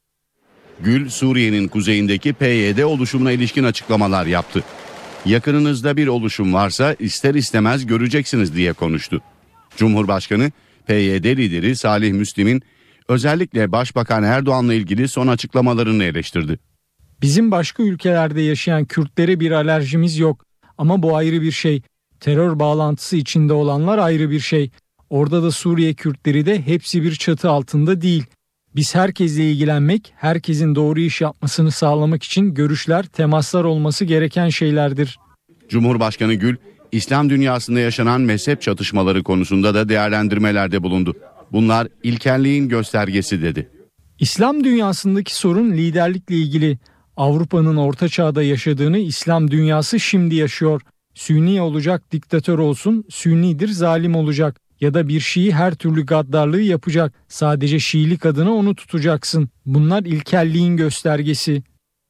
Gül, Suriye'nin kuzeyindeki PYD oluşumuna ilişkin açıklamalar yaptı. Yakınınızda bir oluşum varsa ister istemez göreceksiniz diye konuştu. Cumhurbaşkanı, PYD lideri Salih Müslim'in özellikle Başbakan Erdoğan'la ilgili son açıklamalarını eleştirdi. Bizim başka ülkelerde yaşayan Kürtlere bir alerjimiz yok ama bu ayrı bir şey. Terör bağlantısı içinde olanlar ayrı bir şey. Orada da Suriye Kürtleri de hepsi bir çatı altında değil. Biz herkesle ilgilenmek, herkesin doğru iş yapmasını sağlamak için görüşler, temaslar olması gereken şeylerdir. Cumhurbaşkanı Gül, İslam dünyasında yaşanan mezhep çatışmaları konusunda da değerlendirmelerde bulundu. Bunlar ilkelliğin göstergesi dedi. İslam dünyasındaki sorun liderlikle ilgili. Avrupa'nın orta çağda yaşadığını İslam dünyası şimdi yaşıyor. Sünni olacak diktatör olsun, Sünnidir zalim olacak. Ya da bir Şii her türlü gaddarlığı yapacak. Sadece Şiilik adına onu tutacaksın. Bunlar ilkelliğin göstergesi.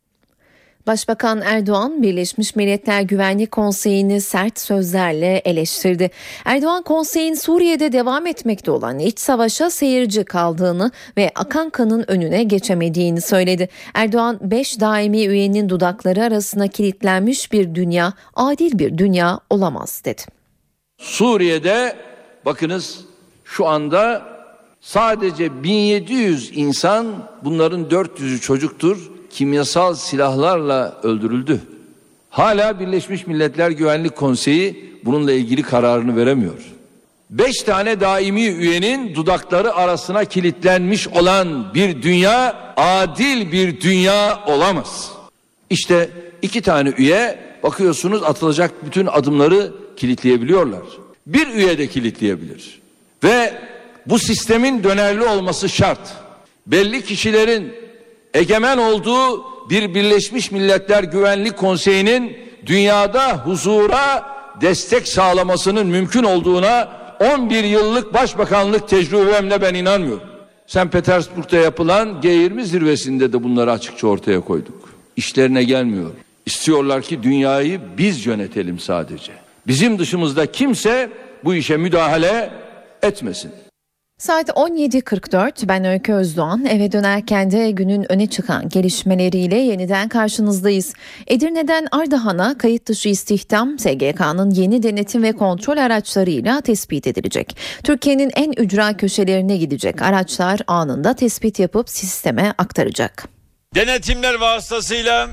Başbakan Erdoğan, Birleşmiş Milletler Güvenlik Konseyi'ni sert sözlerle eleştirdi. Erdoğan, konseyin Suriye'de devam etmekte olan iç savaşa seyirci kaldığını ve akan kanın önüne geçemediğini söyledi. Erdoğan, 5 daimi üyenin dudakları arasına kilitlenmiş bir dünya, adil bir dünya olamaz dedi. Suriye'de bakınız şu anda sadece 1700 insan, bunların 400'ü çocuktur, kimyasal silahlarla öldürüldü. Hala Birleşmiş Milletler Güvenlik Konseyi bununla ilgili kararını veremiyor. 5 tane daimi üyenin dudakları arasına kilitlenmiş olan bir dünya, adil bir dünya olamaz. İşte 2 tane üye bakıyorsunuz atılacak bütün adımları kilitleyebiliyorlar. Bir üye de kilitleyebilir. Ve bu sistemin dönerli olması şart. Belli kişilerin egemen olduğu bir Birleşmiş Milletler Güvenlik Konseyi'nin dünyada huzura destek sağlamasının mümkün olduğuna 11 yıllık başbakanlık tecrübemle ben inanmıyorum. St. Petersburg'da yapılan G20 zirvesinde de bunları açıkça ortaya koyduk. İşlerine gelmiyor. İstiyorlar ki dünyayı biz yönetelim sadece. Bizim dışımızda kimse bu işe müdahale etmesin. Saat 17.44, ben Öykü Özdoğan. Eve dönerken de günün öne çıkan gelişmeleriyle yeniden karşınızdayız. Edirne'den Ardahan'a kayıt dışı istihdam SGK'nın yeni denetim ve kontrol araçlarıyla tespit edilecek. Türkiye'nin en ücra köşelerine gidecek araçlar anında tespit yapıp sisteme aktaracak. Denetimler vasıtasıyla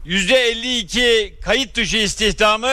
%52 kayıt dışı istihdamı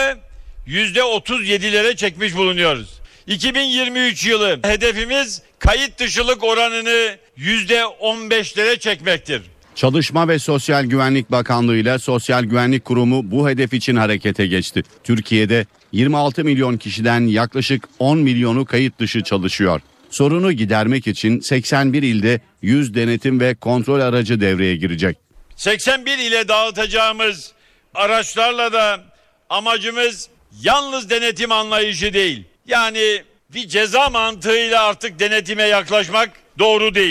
%37'lere çekmiş bulunuyoruz. 2023 yılı hedefimiz kayıt dışılık oranını %15'lere çekmektir. Çalışma ve Sosyal Güvenlik Bakanlığı ile Sosyal Güvenlik Kurumu bu hedef için harekete geçti. Türkiye'de 26 milyon kişiden yaklaşık 10 milyonu kayıt dışı çalışıyor. Sorunu gidermek için 81 ilde 100 denetim ve kontrol aracı devreye girecek. 81 ile dağıtacağımız araçlarla da amacımız yalnız denetim anlayışı değil. Yani bir ceza mantığıyla artık denetime yaklaşmak doğru değil.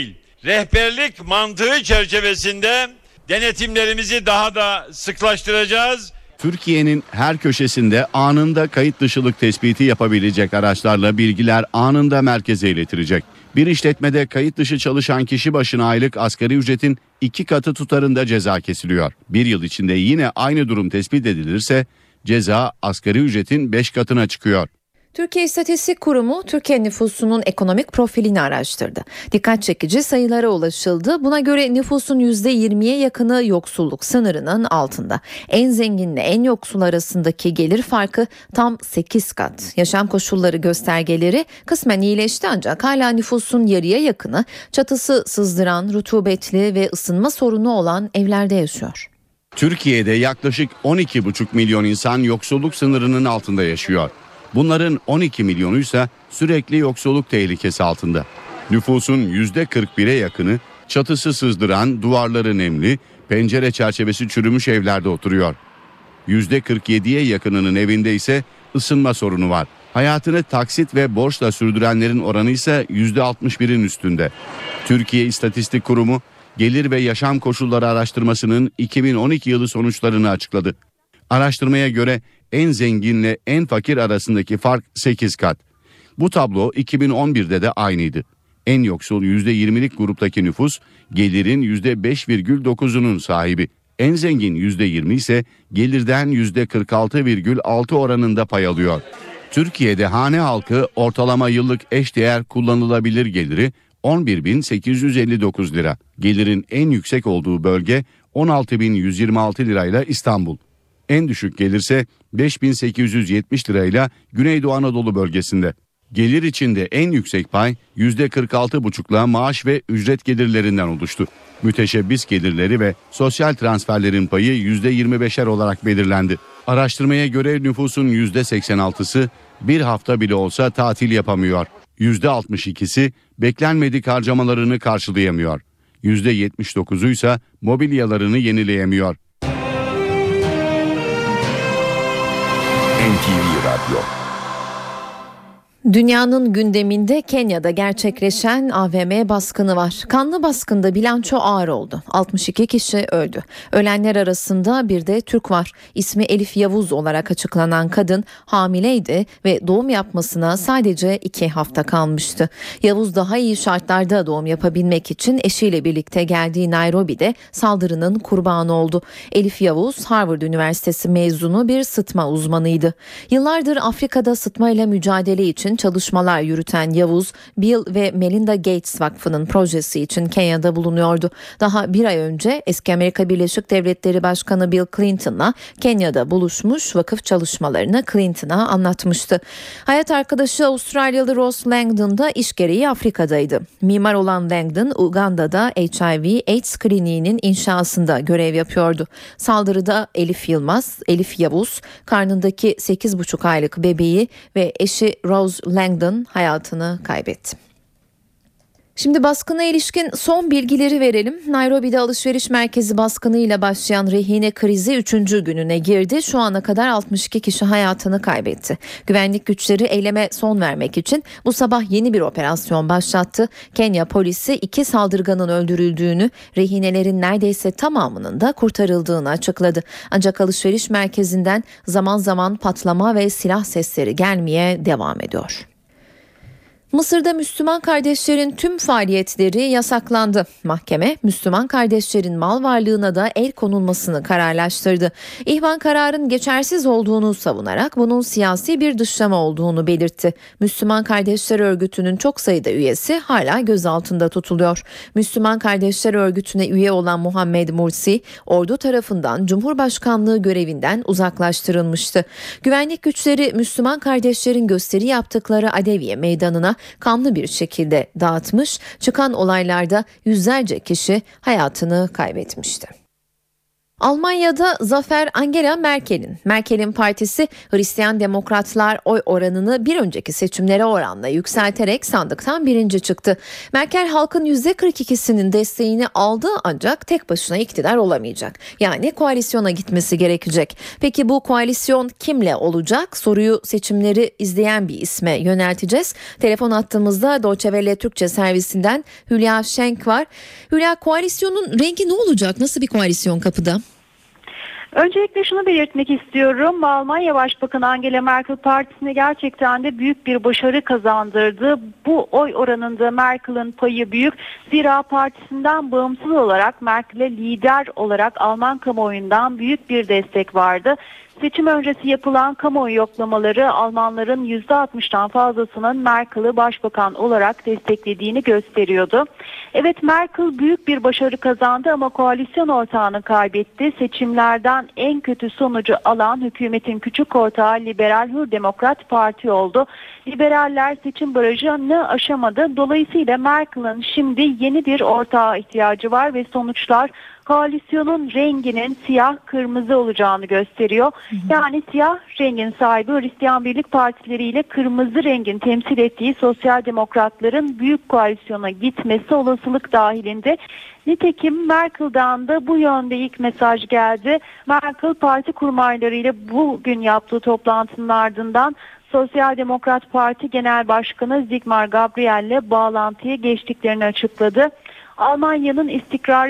rehberlik mantığı çerçevesinde denetimlerimizi daha da sıklaştıracağız. Türkiye'nin her köşesinde anında kayıt dışılık tespiti yapabilecek araçlarla bilgiler anında merkeze iletilecek. Bir işletmede kayıt dışı çalışan kişi başına aylık asgari ücretin 2 katı tutarında ceza kesiliyor. Bir yıl içinde yine aynı durum tespit edilirse ceza asgari ücretin 5 katına çıkıyor. Türkiye İstatistik Kurumu Türkiye nüfusunun ekonomik profilini araştırdı. Dikkat çekici sayılara ulaşıldı. Buna göre nüfusun %20'ye yakını yoksulluk sınırının altında. En zenginle en yoksul arasındaki gelir farkı tam 8 kat. Yaşam koşulları göstergeleri kısmen iyileşti ancak hala nüfusun yarıya yakını çatısı sızdıran, rutubetli ve ısınma sorunu olan evlerde yaşıyor. Türkiye'de yaklaşık 12,5 milyon insan yoksulluk sınırının altında yaşıyor. Bunların 12 milyonu ise sürekli yoksulluk tehlikesi altında. Nüfusun %41'e yakını çatısı sızdıran, duvarları nemli, pencere çerçevesi çürümüş evlerde oturuyor. %47'ye yakınının evinde ise ısınma sorunu var. Hayatını taksit ve borçla sürdürenlerin oranı ise %61'in üstünde. Türkiye İstatistik Kurumu Gelir ve Yaşam Koşulları Araştırması'nın 2012 yılı sonuçlarını açıkladı. Araştırmaya göre en zenginle en fakir arasındaki fark 8 kat. Bu tablo 2011'de de aynıydı. En yoksul %20'lik gruptaki nüfus gelirin %5,9'unun sahibi. En zengin %20 ise gelirden %46,6 oranında pay alıyor. Türkiye'de hane halkı ortalama yıllık eşdeğer kullanılabilir geliri 11.859 lira. Gelirin en yüksek olduğu bölge 16.126 lirayla İstanbul. En düşük gelirse 5.870 lirayla Güneydoğu Anadolu bölgesinde. Gelir içinde en yüksek pay %46,5'la maaş ve ücret gelirlerinden oluştu. Müteşebbis gelirleri ve sosyal transferlerin payı %25'er olarak belirlendi. Araştırmaya göre nüfusun %86'sı bir hafta bile olsa tatil yapamıyor. %62'si beklenmedik harcamalarını karşılayamıyor. %79'u ise mobilyalarını yenileyemiyor. NTV Radyo. Dünyanın gündeminde Kenya'da gerçekleşen AVM baskını var. Kanlı baskında bilanço ağır oldu. 62 kişi öldü. Ölenler arasında bir de Türk var. İsmi Elif Yavuz olarak açıklanan kadın hamileydi ve doğum yapmasına sadece 2 hafta kalmıştı. Yavuz daha iyi şartlarda doğum yapabilmek için eşiyle birlikte geldiği Nairobi'de saldırının kurbanı oldu. Elif Yavuz Harvard Üniversitesi mezunu bir sıtma uzmanıydı. Yıllardır Afrika'da sıtmayla mücadele için çalışmalar yürüten Yavuz, Bill ve Melinda Gates Vakfı'nın projesi için Kenya'da bulunuyordu. Daha bir ay önce eski Amerika Birleşik Devletleri Başkanı Bill Clinton'la Kenya'da buluşmuş, vakıf çalışmalarını Clinton'a anlatmıştı. Hayat arkadaşı Avustralyalı Ross Langdon da iş gereği Afrika'daydı. Mimar olan Langdon, Uganda'da HIV/AIDS kliniğinin inşasında görev yapıyordu. Saldırıda Elif Yavuz, karnındaki 8,5 aylık bebeği ve eşi Rose Langdon hayatını kaybetti. Şimdi baskına ilişkin son bilgileri verelim. Nairobi'de alışveriş merkezi baskınıyla başlayan rehine krizi 3. gününe girdi. Şu ana kadar 62 kişi hayatını kaybetti. Güvenlik güçleri eyleme son vermek için bu sabah yeni bir operasyon başlattı. Kenya polisi 2 saldırganın öldürüldüğünü, rehinelerin neredeyse tamamının da kurtarıldığını açıkladı. Ancak alışveriş merkezinden zaman zaman patlama ve silah sesleri gelmeye devam ediyor. Mısır'da Müslüman kardeşlerin tüm faaliyetleri yasaklandı. Mahkeme, Müslüman kardeşlerin mal varlığına da el konulmasını kararlaştırdı. İhvan kararın geçersiz olduğunu savunarak bunun siyasi bir dışlama olduğunu belirtti. Müslüman Kardeşler Örgütü'nün çok sayıda üyesi hala gözaltında tutuluyor. Müslüman Kardeşler Örgütü'ne üye olan Muhammed Mursi, ordu tarafından Cumhurbaşkanlığı görevinden uzaklaştırılmıştı. Güvenlik güçleri Müslüman kardeşlerin gösteri yaptıkları Adeviye Meydanı'na kanlı bir şekilde dağıtmış, çıkan olaylarda yüzlerce kişi hayatını kaybetmişti. Almanya'da zafer Angela Merkel'in. Merkel'in partisi Hristiyan Demokratlar oy oranını bir önceki seçimlere oranla yükselterek sandıktan birinci çıktı. Merkel halkın %42'sinin desteğini aldı ancak tek başına iktidar olamayacak. Yani koalisyona gitmesi gerekecek. Peki bu koalisyon kimle olacak? Soruyu seçimleri izleyen bir isme yönelteceğiz. Telefon attığımızda Deutsche Welle Türkçe servisinden Hülya Schenk var. Hülya, koalisyonun rengi ne olacak? Nasıl bir koalisyon kapıda? Öncelikle şunu belirtmek istiyorum. Almanya Başbakanı Angela Merkel partisine gerçekten de büyük bir başarı kazandırdı. Bu oy oranında Merkel'in payı büyük. Zira partisinden bağımsız olarak Merkel'e lider olarak Alman kamuoyundan büyük bir destek vardı. Seçim öncesi yapılan kamuoyu yoklamaları Almanların %60'tan fazlasının Merkel'ı başbakan olarak desteklediğini gösteriyordu. Evet, Merkel büyük bir başarı kazandı ama koalisyon ortağını kaybetti. Seçimlerden en kötü sonucu alan hükümetin küçük ortağı Liberal Hür Demokrat Parti oldu. Liberaller seçim barajını aşamadı. Dolayısıyla Merkel'in şimdi yeni bir ortağa ihtiyacı var ve sonuçlar koalisyonun renginin siyah kırmızı olacağını gösteriyor. Yani siyah rengin sahibi Hristiyan Birlik Partileri ile kırmızı rengin temsil ettiği sosyal demokratların büyük koalisyona gitmesi olasılık dahilinde. Nitekim Merkel'dan da bu yönde ilk mesaj geldi. Merkel parti kurmaylarıyla bugün yaptığı toplantının ardından Sosyal Demokrat Parti Genel Başkanı Sigmar Gabriel'le bağlantıya geçtiklerini açıkladı. Almanya'nın istikrara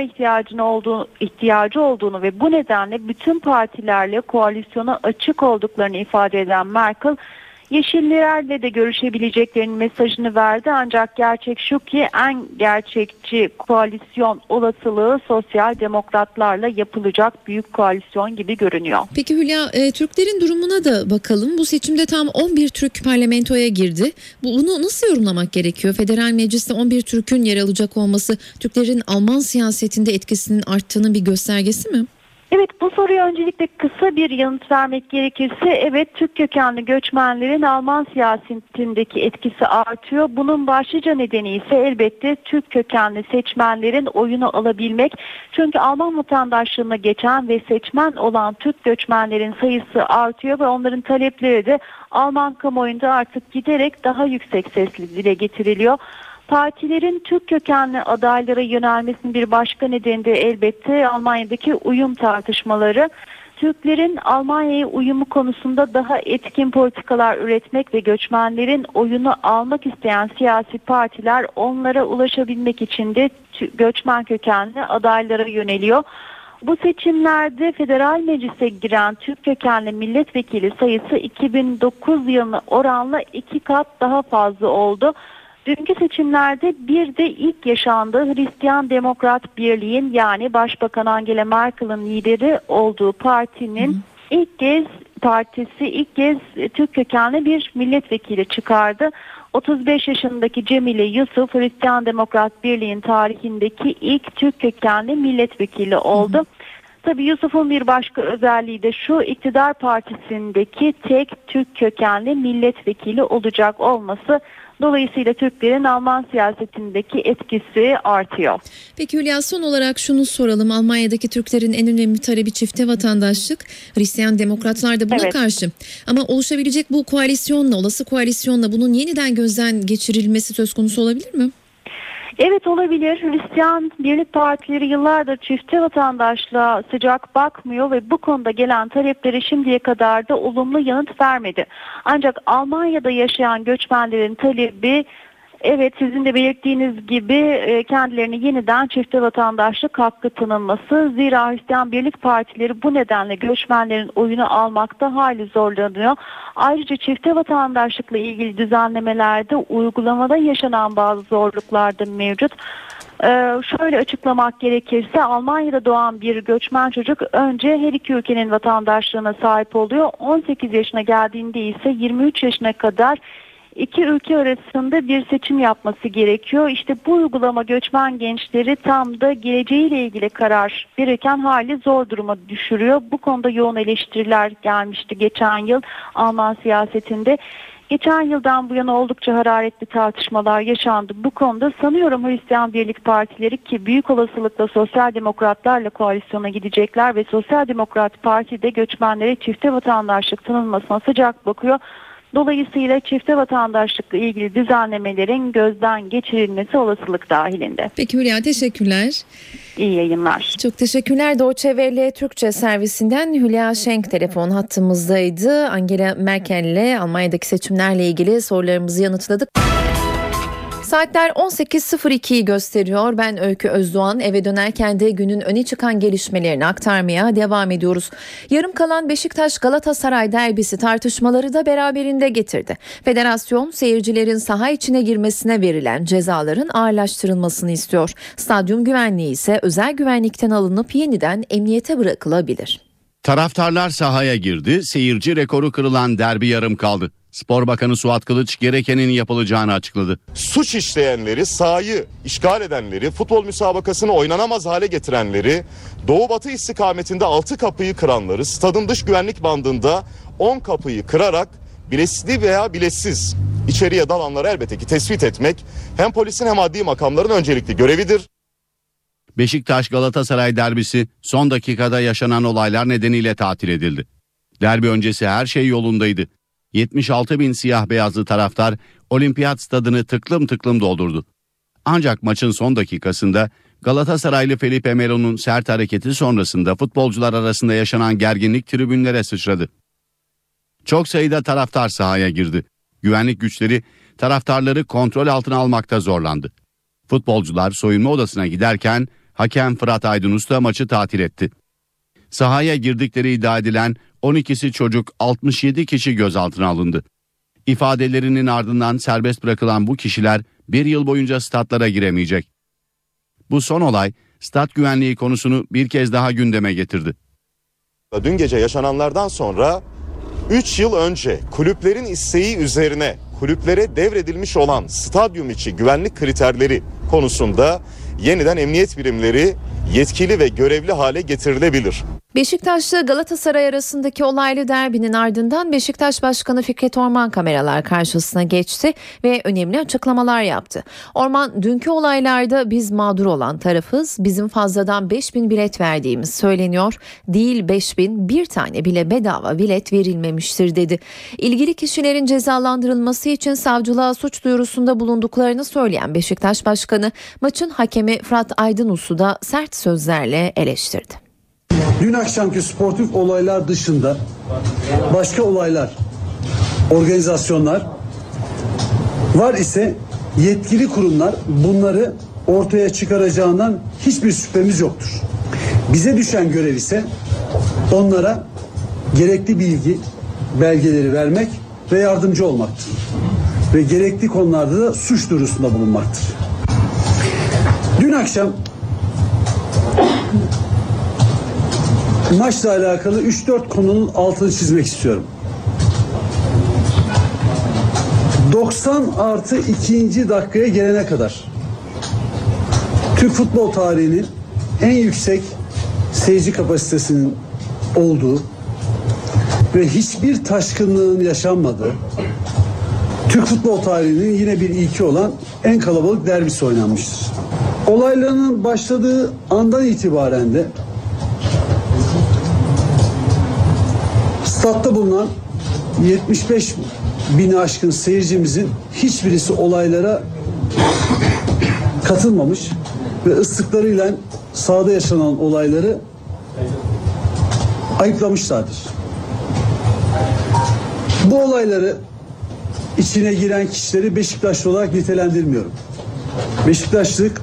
ihtiyacı olduğunu ve bu nedenle bütün partilerle koalisyona açık olduklarını ifade eden Merkel, Yeşillerle de görüşebileceklerinin mesajını verdi. Ancak gerçek şu ki en gerçekçi koalisyon olasılığı sosyal demokratlarla yapılacak büyük koalisyon gibi görünüyor. Peki Hülya, Türklerin durumuna da bakalım. Bu seçimde tam 11 Türk parlamentoya girdi. Bunu nasıl yorumlamak gerekiyor? Federal Meclis'te 11 Türk'ün yer alacak olması Türklerin Alman siyasetinde etkisinin arttığının bir göstergesi mi? Evet, bu soruya öncelikle kısa bir yanıt vermek gerekirse evet, Türk kökenli göçmenlerin Alman siyasetindeki etkisi artıyor. Bunun başlıca nedeni ise elbette Türk kökenli seçmenlerin oyunu alabilmek. Çünkü Alman vatandaşlığına geçen ve seçmen olan Türk göçmenlerin sayısı artıyor ve onların talepleri de Alman kamuoyunda artık giderek daha yüksek sesle dile getiriliyor. Partilerin Türk kökenli adaylara yönelmesinin bir başka nedeni de elbette Almanya'daki uyum tartışmaları. Türklerin Almanya'ya uyumu konusunda daha etkin politikalar üretmek ve göçmenlerin oyunu almak isteyen siyasi partiler onlara ulaşabilmek için de göçmen kökenli adaylara yöneliyor. Bu seçimlerde Federal Meclis'e giren Türk kökenli milletvekili sayısı 2009 yılına oranla 2 kat daha fazla oldu. Dünkü seçimlerde bir de ilk yaşandığı Hristiyan Demokrat Birliği'nin, yani Başbakan Angela Merkel'in lideri olduğu partinin ilk kez Türk kökenli bir milletvekili çıkardı. 35 yaşındaki Cemile Yusuf, Hristiyan Demokrat Birliği'nin tarihindeki ilk Türk kökenli milletvekili oldu. Tabii Yusuf'un bir başka özelliği de şu: iktidar partisindeki tek Türk kökenli milletvekili olacak olması. Dolayısıyla Türklerin Alman siyasetindeki etkisi artıyor. Peki Hülya, son olarak şunu soralım. Almanya'daki Türklerin en önemli talebi çifte vatandaşlık. Hristiyan demokratlar da buna karşı. Ama oluşabilecek bu koalisyonla, olası koalisyonla bunun yeniden gözden geçirilmesi söz konusu olabilir mi? Evet, olabilir. Hristiyan Birlik Partileri yıllardır çifte vatandaşlığa sıcak bakmıyor ve bu konuda gelen talepleri şimdiye kadar da olumlu yanıt vermedi. Ancak Almanya'da yaşayan göçmenlerin talebi, evet, sizin de belirttiğiniz gibi kendilerine yeniden çifte vatandaşlık hakkı tanınması. Zira Hristiyan Birlik Partileri bu nedenle göçmenlerin oyunu almakta hayli zorlanıyor. Ayrıca çifte vatandaşlıkla ilgili düzenlemelerde uygulamada yaşanan bazı zorluklar da mevcut. Şöyle açıklamak gerekirse Almanya'da doğan bir göçmen çocuk önce her iki ülkenin vatandaşlığına sahip oluyor. 18 yaşına geldiğinde ise 23 yaşına kadar İki ülke arasında bir seçim yapması gerekiyor. İşte bu uygulama göçmen gençleri tam da geleceğiyle ilgili karar verirken hali zor duruma düşürüyor. Bu konuda yoğun eleştiriler gelmişti geçen yıl Alman siyasetinde. Geçen yıldan bu yana oldukça hararetli tartışmalar yaşandı. Bu konuda sanıyorum Hristiyan Birlik Partileri ki büyük olasılıkla Sosyal Demokratlarla koalisyona gidecekler ve Sosyal Demokrat Parti de göçmenlere çifte vatandaşlık tanınmasına sıcak bakıyor. Dolayısıyla çifte vatandaşlıkla ilgili düzenlemelerin gözden geçirilmesi olasılık dahilinde. Peki Hülya, teşekkürler. İyi yayınlar. Çok teşekkürler. Deutsche Welle Türkçe servisinden Hülya Şenk telefon hattımızdaydı. Angela Merkel'le Almanya'daki seçimlerle ilgili sorularımızı yanıtladık. Saatler 18.02'yi gösteriyor. Ben Öykü Özdoğan. Eve dönerken de günün öne çıkan gelişmelerini aktarmaya devam ediyoruz. Yarım kalan Beşiktaş-Galatasaray derbisi tartışmaları da beraberinde getirdi. Federasyon seyircilerin saha içine girmesine verilen cezaların ağırlaştırılmasını istiyor. Stadyum güvenliği ise özel güvenlikten alınıp yeniden emniyete bırakılabilir. Taraftarlar sahaya girdi, seyirci rekoru kırılan derbi yarım kaldı. Spor Bakanı Suat Kılıç gerekenin yapılacağını açıkladı. Suç işleyenleri, sahayı işgal edenleri, futbol müsabakasını oynanamaz hale getirenleri, Doğu Batı istikametinde 6 kapıyı kıranları, stadın dış güvenlik bandında 10 kapıyı kırarak biletli veya biletsiz içeriye dalanları elbette ki tespit etmek hem polisin hem adli makamların öncelikli görevidir. Beşiktaş-Galatasaray derbisi son dakikada yaşanan olaylar nedeniyle tatil edildi. Derbi öncesi her şey yolundaydı. 76 bin siyah beyazlı taraftar Olimpiyat stadını tıklım tıklım doldurdu. Ancak maçın son dakikasında Galatasaraylı Felipe Melo'nun sert hareketi sonrasında futbolcular arasında yaşanan gerginlik tribünlere sıçradı. Çok sayıda taraftar sahaya girdi. Güvenlik güçleri taraftarları kontrol altına almakta zorlandı. Futbolcular soyunma odasına giderken hakem Fırat Aydınus da maçı tatil etti. Sahaya girdikleri iddia edilen 12'si çocuk, 67 kişi gözaltına alındı. İfadelerinin ardından serbest bırakılan bu kişiler bir yıl boyunca statlara giremeyecek. Bu son olay stat güvenliği konusunu bir kez daha gündeme getirdi. Dün gece yaşananlardan sonra 3 yıl önce kulüplerin isteği üzerine kulüplere devredilmiş olan stadyum içi güvenlik kriterleri konusunda yeniden emniyet birimleri yetkili ve görevli hale getirilebilir. Beşiktaş'la Galatasaray arasındaki olaylı derbinin ardından Beşiktaş Başkanı Fikret Orman kameralar karşısına geçti ve önemli açıklamalar yaptı. Orman, dünkü olaylarda biz mağdur olan tarafız, bizim fazladan 5.000 bilet verdiğimiz söyleniyor, değil 5.000, bir tane bile bedava bilet verilmemiştir dedi. İlgili kişilerin cezalandırılması için savcılığa suç duyurusunda bulunduklarını söyleyen Beşiktaş Başkanı maçın hakemi Fırat Aydınus'u da sert sözlerle eleştirdi. Dün akşamki sportif olaylar dışında başka olaylar, organizasyonlar var ise yetkili kurumlar bunları ortaya çıkaracağından hiçbir şüphemiz yoktur. Bize düşen görev ise onlara gerekli bilgi, belgeleri vermek ve yardımcı olmaktır. Ve gerekli konularda da suç duyurusunda bulunmaktır. Dün akşam maçla alakalı 3-4 konunun altını çizmek istiyorum. 90+2. dakikaya gelene kadar Türk futbol tarihinin en yüksek seyirci kapasitesinin olduğu ve hiçbir taşkınlığın yaşanmadığı, Türk futbol tarihinin yine bir ilki olan en kalabalık derbisi oynanmıştır. Olayların başladığı andan itibaren de statta bulunan 75 bini aşkın seyircimizin hiçbirisi olaylara katılmamış ve ıslıklarıyla sahada yaşanan olayları ayıplamışlardır. Bu olayları içine giren kişileri Beşiktaşlı olarak nitelendirmiyorum. Beşiktaşlık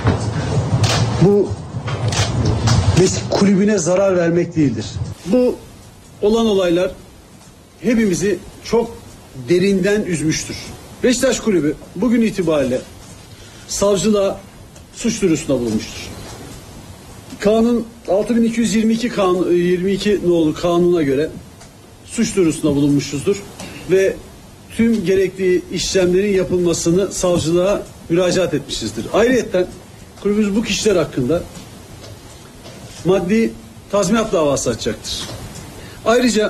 bu kulübüne zarar vermek değildir. Bu olan olaylar hepimizi çok derinden üzmüştür. Beşiktaş Kulübü bugün itibariyle savcılığa suç duyurusunda bulunmuştur. Kanun 6222 nolu kanuna göre suç duyurusunda bulunmuşuzdur ve tüm gerekli işlemlerin yapılmasını savcılığa müracaat etmişizdir. Ayrıca kulübümüz bu kişiler hakkında maddi tazminat davası açacaktır. Ayrıca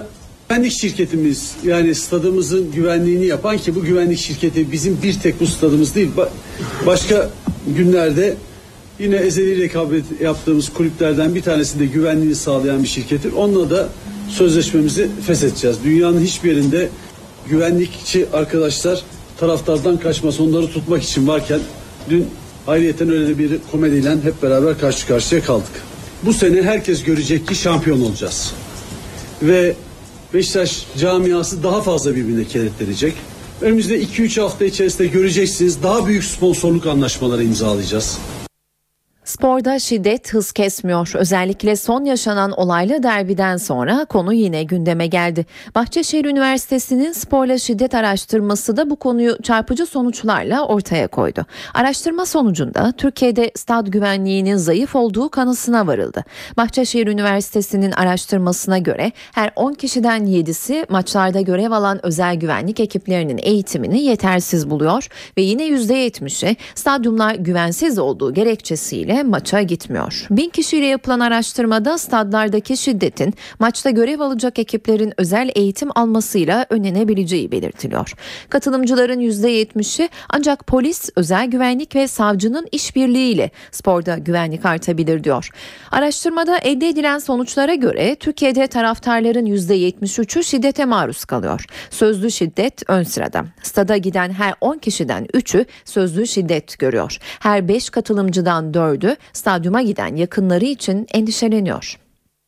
Güvenlik şirketimiz yani stadımızın güvenliğini yapan ki bu güvenlik şirketi bizim bir tek bu stadımız değil. Başka günlerde yine ezeli rekabet yaptığımız kulüplerden bir tanesinde güvenliğini sağlayan bir şirkettir. Onunla da sözleşmemizi feshedeceğiz. Dünyanın hiçbir yerinde güvenlikçi arkadaşlar taraftardan kaçmaz, onları tutmak için varken dün ayrıyeten öyle bir komediyle hep beraber karşı karşıya kaldık. Bu sene herkes görecek ki şampiyon olacağız. Ve Beşiktaş camiası daha fazla birbirine kenetlenecek. Önümüzde 2-3 hafta içerisinde göreceksiniz daha büyük sponsorluk anlaşmaları imzalayacağız. Sporda şiddet hız kesmiyor. Özellikle son yaşanan olaylı derbiden sonra konu yine gündeme geldi. Bahçeşehir Üniversitesi'nin sporla şiddet araştırması da bu konuyu çarpıcı sonuçlarla ortaya koydu. Araştırma sonucunda Türkiye'de stad güvenliğinin zayıf olduğu kanısına varıldı. Bahçeşehir Üniversitesi'nin araştırmasına göre her 10 kişiden 7'si maçlarda görev alan özel güvenlik ekiplerinin eğitimini yetersiz buluyor ve yine %70'i stadyumlar güvensiz olduğu gerekçesiyle maça gitmiyor. 1000 kişiyle yapılan araştırmada stadlardaki şiddetin maçta görev alacak ekiplerin özel eğitim almasıyla önlenebileceği belirtiliyor. Katılımcıların %70'i ancak polis, özel güvenlik ve savcının işbirliğiyle sporda güvenlik artabilir diyor. Araştırmada elde edilen sonuçlara göre Türkiye'de taraftarların %73'ü şiddete maruz kalıyor. Sözlü şiddet ön sırada. Stada giden her 10 kişiden 3'ü sözlü şiddet görüyor. Her 5 katılımcıdan 4'ü stadyuma giden yakınları için endişeleniyor.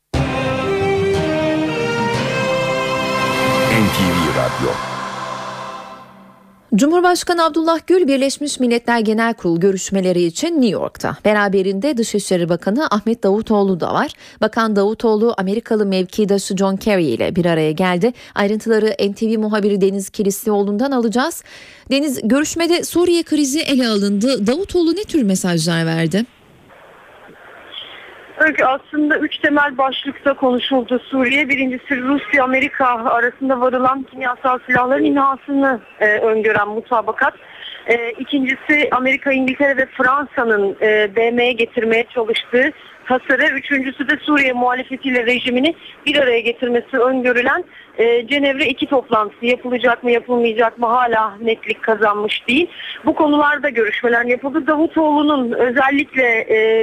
NTV Radyo. Cumhurbaşkanı Abdullah Gül Birleşmiş Milletler Genel Kurulu görüşmeleri için New York'ta. Beraberinde Dışişleri Bakanı Ahmet Davutoğlu da var. Bakan Davutoğlu Amerikalı mevkidaşı John Kerry ile bir araya geldi. Ayrıntıları NTV muhabiri Deniz Kilislioğlu'ndan alacağız. Deniz, görüşmede Suriye krizi ele alındı. Davutoğlu ne tür mesajlar verdi? Öykü, aslında 3 temel başlıkta konuşuldu Suriye. Birincisi Rusya-Amerika arasında varılan kimyasal silahların imhasını öngören mutabakat. İkincisi Amerika, İngiltere ve Fransa'nın BM'ye getirmeye çalıştığı tasarı. Üçüncüsü de Suriye muhalefetiyle rejimini bir araya getirmesi öngörülen Cenevre 2 toplantısı. Yapılacak mı yapılmayacak mı hala netlik kazanmış değil. Bu konularda görüşmeler yapıldı. Davutoğlu'nun özellikle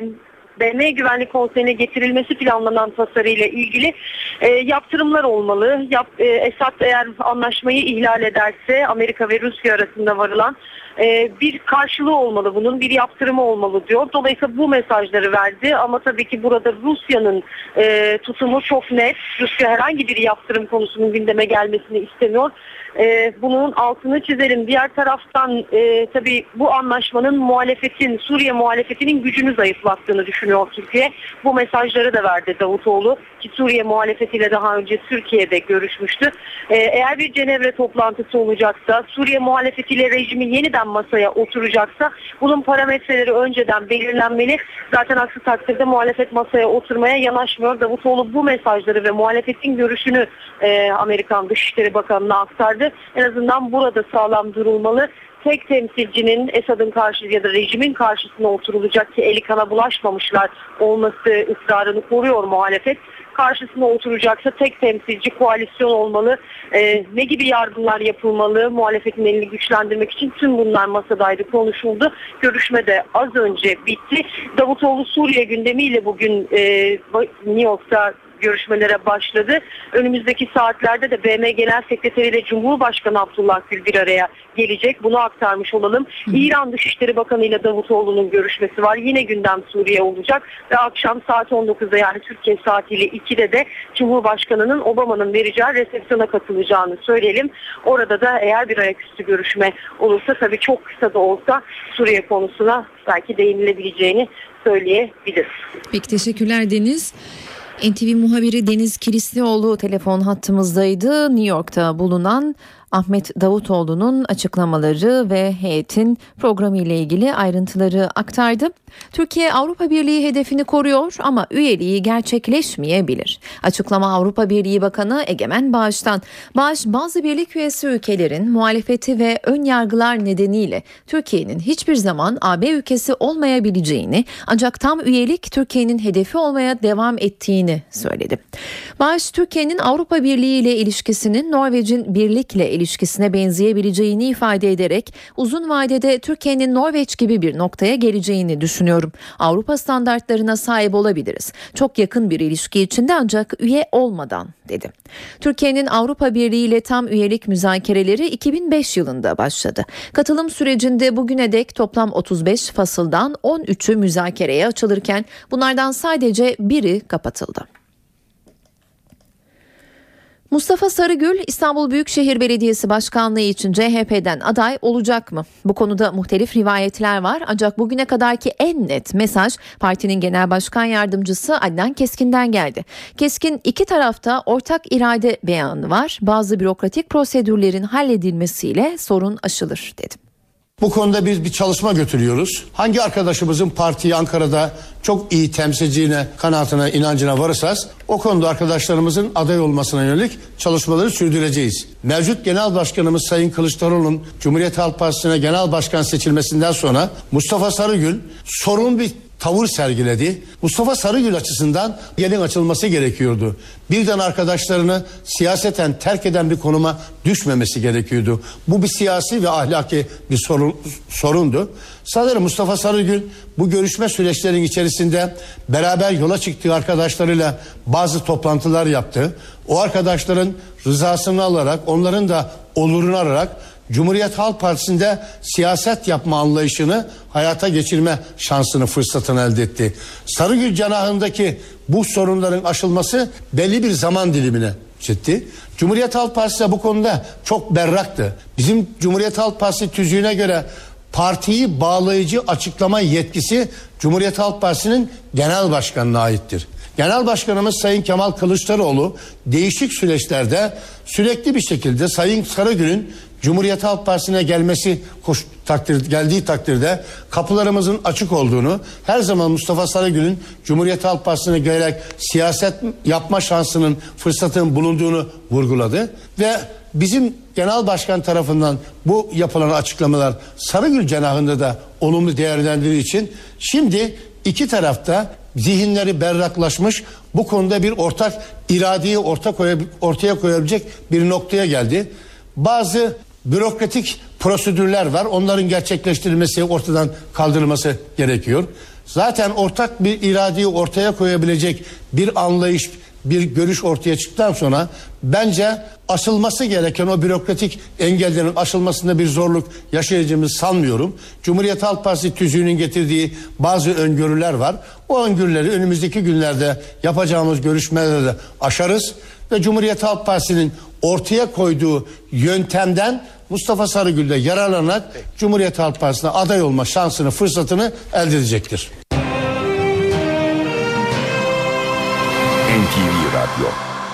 BM Güvenlik Konseyi'ne getirilmesi planlanan tasarıyla ilgili yaptırımlar olmalı. Esad eğer anlaşmayı ihlal ederse Amerika ve Rusya arasında varılan bir karşılığı olmalı, bunun bir yaptırımı olmalı diyor. Dolayısıyla bu mesajları verdi ama tabii ki burada Rusya'nın tutumu çok net. Rusya herhangi bir yaptırım konusunun gündeme gelmesini istemiyor. Bunun altını çizelim. Diğer taraftan tabii bu anlaşmanın Suriye muhalefetinin gücünü zayıflattığını düşünüyor Türkiye. Bu mesajları da verdi Davutoğlu ki Suriye muhalefetiyle daha önce Türkiye'de görüşmüştü. Eğer bir Cenevre toplantısı olacaksa, Suriye muhalefetiyle rejimin yeniden masaya oturacaksa bunun parametreleri önceden belirlenmeli. Zaten aksi takdirde muhalefet masaya oturmaya yanaşmıyor. Davutoğlu bu mesajları ve muhalefetin görüşünü Amerikan Dışişleri Bakanı'na aktardı. En azından burada sağlam durulmalı. Tek temsilcinin Esad'ın karşı ya da rejimin karşısına oturulacak ki eli kana bulaşmamışlar olması ısrarını koruyor muhalefet. Karşısına oturacaksa tek temsilci koalisyon olmalı. Ne gibi yardımlar yapılmalı muhalefetin elini güçlendirmek için tüm bunlar masadaydı, konuşuldu. Görüşme de az önce bitti. Davutoğlu Suriye gündemiyle bugün New York'ta görüşmelere başladı. Önümüzdeki saatlerde de BM Genel Sekreteri ile Cumhurbaşkanı Abdullah Gül bir araya gelecek. Bunu aktarmış olalım. İran Dışişleri Bakanı ile Davutoğlu'nun görüşmesi var. Yine gündem Suriye olacak ve akşam saat 19'da yani Türkiye saatiyle 2'de de Cumhurbaşkanı'nın Obama'nın vereceği resepsiyona katılacağını söyleyelim. Orada da eğer bir ayaküstü görüşme olursa tabii çok kısa da olsa Suriye konusuna belki değinilebileceğini söyleyebiliriz. Peki, teşekkürler Deniz. NTV muhabiri Deniz Kilislioğlu telefon hattımızdaydı. New York'ta bulunan Ahmet Davutoğlu'nun açıklamaları ve heyetin programı ile ilgili ayrıntıları aktardı. Türkiye Avrupa Birliği hedefini koruyor ama üyeliği gerçekleşmeyebilir. Açıklama Avrupa Birliği Bakanı Egemen Bağış'tan. Bağış, bazı birlik üyesi ülkelerin muhalefeti ve ön yargılar nedeniyle Türkiye'nin hiçbir zaman AB ülkesi olmayabileceğini, ancak tam üyelik Türkiye'nin hedefi olmaya devam ettiğini söyledi. Bağış, Türkiye'nin Avrupa Birliği ile ilişkisinin Norveç'in birlikle ilişkisine benzeyebileceğini ifade ederek uzun vadede Türkiye'nin Norveç gibi bir noktaya geleceğini düşünüyorum. Avrupa standartlarına sahip olabiliriz. Çok yakın bir ilişki içinde ancak üye olmadan dedi. Türkiye'nin Avrupa Birliği ile tam üyelik müzakereleri 2005 yılında başladı. Katılım sürecinde bugüne dek toplam 35 fasıldan 13'ü müzakereye açılırken bunlardan sadece biri kapatıldı. Mustafa Sarıgül, İstanbul Büyükşehir Belediyesi Başkanlığı için CHP'den aday olacak mı? Bu konuda muhtelif rivayetler var, ancak bugüne kadarki en net mesaj partinin Genel Başkan Yardımcısı Adnan Keskin'den geldi. Keskin, iki tarafta ortak irade beyanı var, bazı bürokratik prosedürlerin halledilmesiyle sorun aşılır dedi. Bu konuda biz bir çalışma götürüyoruz. Hangi arkadaşımızın partiyi Ankara'da çok iyi temsilciğine, kanaatine, inancına varırsak o konuda arkadaşlarımızın aday olmasına yönelik çalışmaları sürdüreceğiz. Mevcut Genel Başkanımız Sayın Kılıçdaroğlu'nun Cumhuriyet Halk Partisi'ne Genel Başkan seçilmesinden sonra Mustafa Sarıgül sorun bir tavır sergiledi. Mustafa Sarıgül açısından yolun açılması gerekiyordu. Birden arkadaşlarını siyaseten terk eden bir konuma düşmemesi gerekiyordu. Bu bir siyasi ve ahlaki bir sorundu. Sanırım Mustafa Sarıgül bu görüşme süreçlerinin içerisinde beraber yola çıktığı arkadaşlarıyla bazı toplantılar yaptı. O arkadaşların rızasını alarak, onların da olurunu alarak Cumhuriyet Halk Partisi'nde siyaset yapma anlayışını hayata geçirme şansını, fırsatını elde etti. Sarıgül cenahındaki bu sorunların aşılması belli bir zaman dilimine gitti. Cumhuriyet Halk Partisi de bu konuda çok berraktı. Bizim Cumhuriyet Halk Partisi tüzüğüne göre partiyi bağlayıcı açıklama yetkisi Cumhuriyet Halk Partisi'nin genel başkanına aittir. Genel Başkanımız Sayın Kemal Kılıçdaroğlu değişik süreçlerde sürekli bir şekilde Sayın Sarıgül'ün Cumhuriyet Halk Partisi'ne geldiği takdirde kapılarımızın açık olduğunu, her zaman Mustafa Sarıgül'ün Cumhuriyet Halk Partisi'ne gelerek siyaset yapma şansının, fırsatının bulunduğunu vurguladı ve bizim Genel Başkan tarafından bu yapılan açıklamalar Sarıgül cenahında da olumlu değerlendirildiği için şimdi iki tarafta zihinleri berraklaşmış, bu konuda bir ortak iradeyi ortaya koyabilecek bir noktaya geldi. Bazı bürokratik prosedürler var. Onların gerçekleştirilmesi, ortadan kaldırılması gerekiyor. Zaten ortak bir iradeyi ortaya koyabilecek bir anlayış, bir görüş ortaya çıktıktan sonra bence aşılması gereken o bürokratik engellerin aşılmasında bir zorluk yaşayacağımızı sanmıyorum. Cumhuriyet Halk Partisi tüzüğünün getirdiği bazı öngörüler var. O öngörüleri önümüzdeki günlerde yapacağımız görüşmelerde aşarız ve Cumhuriyet Halk Partisi'nin ortaya koyduğu yöntemden Mustafa Sarıgül de yararlanarak Cumhuriyet Halk Partisi'ne aday olma şansını, fırsatını elde edecektir. NTV Radyo.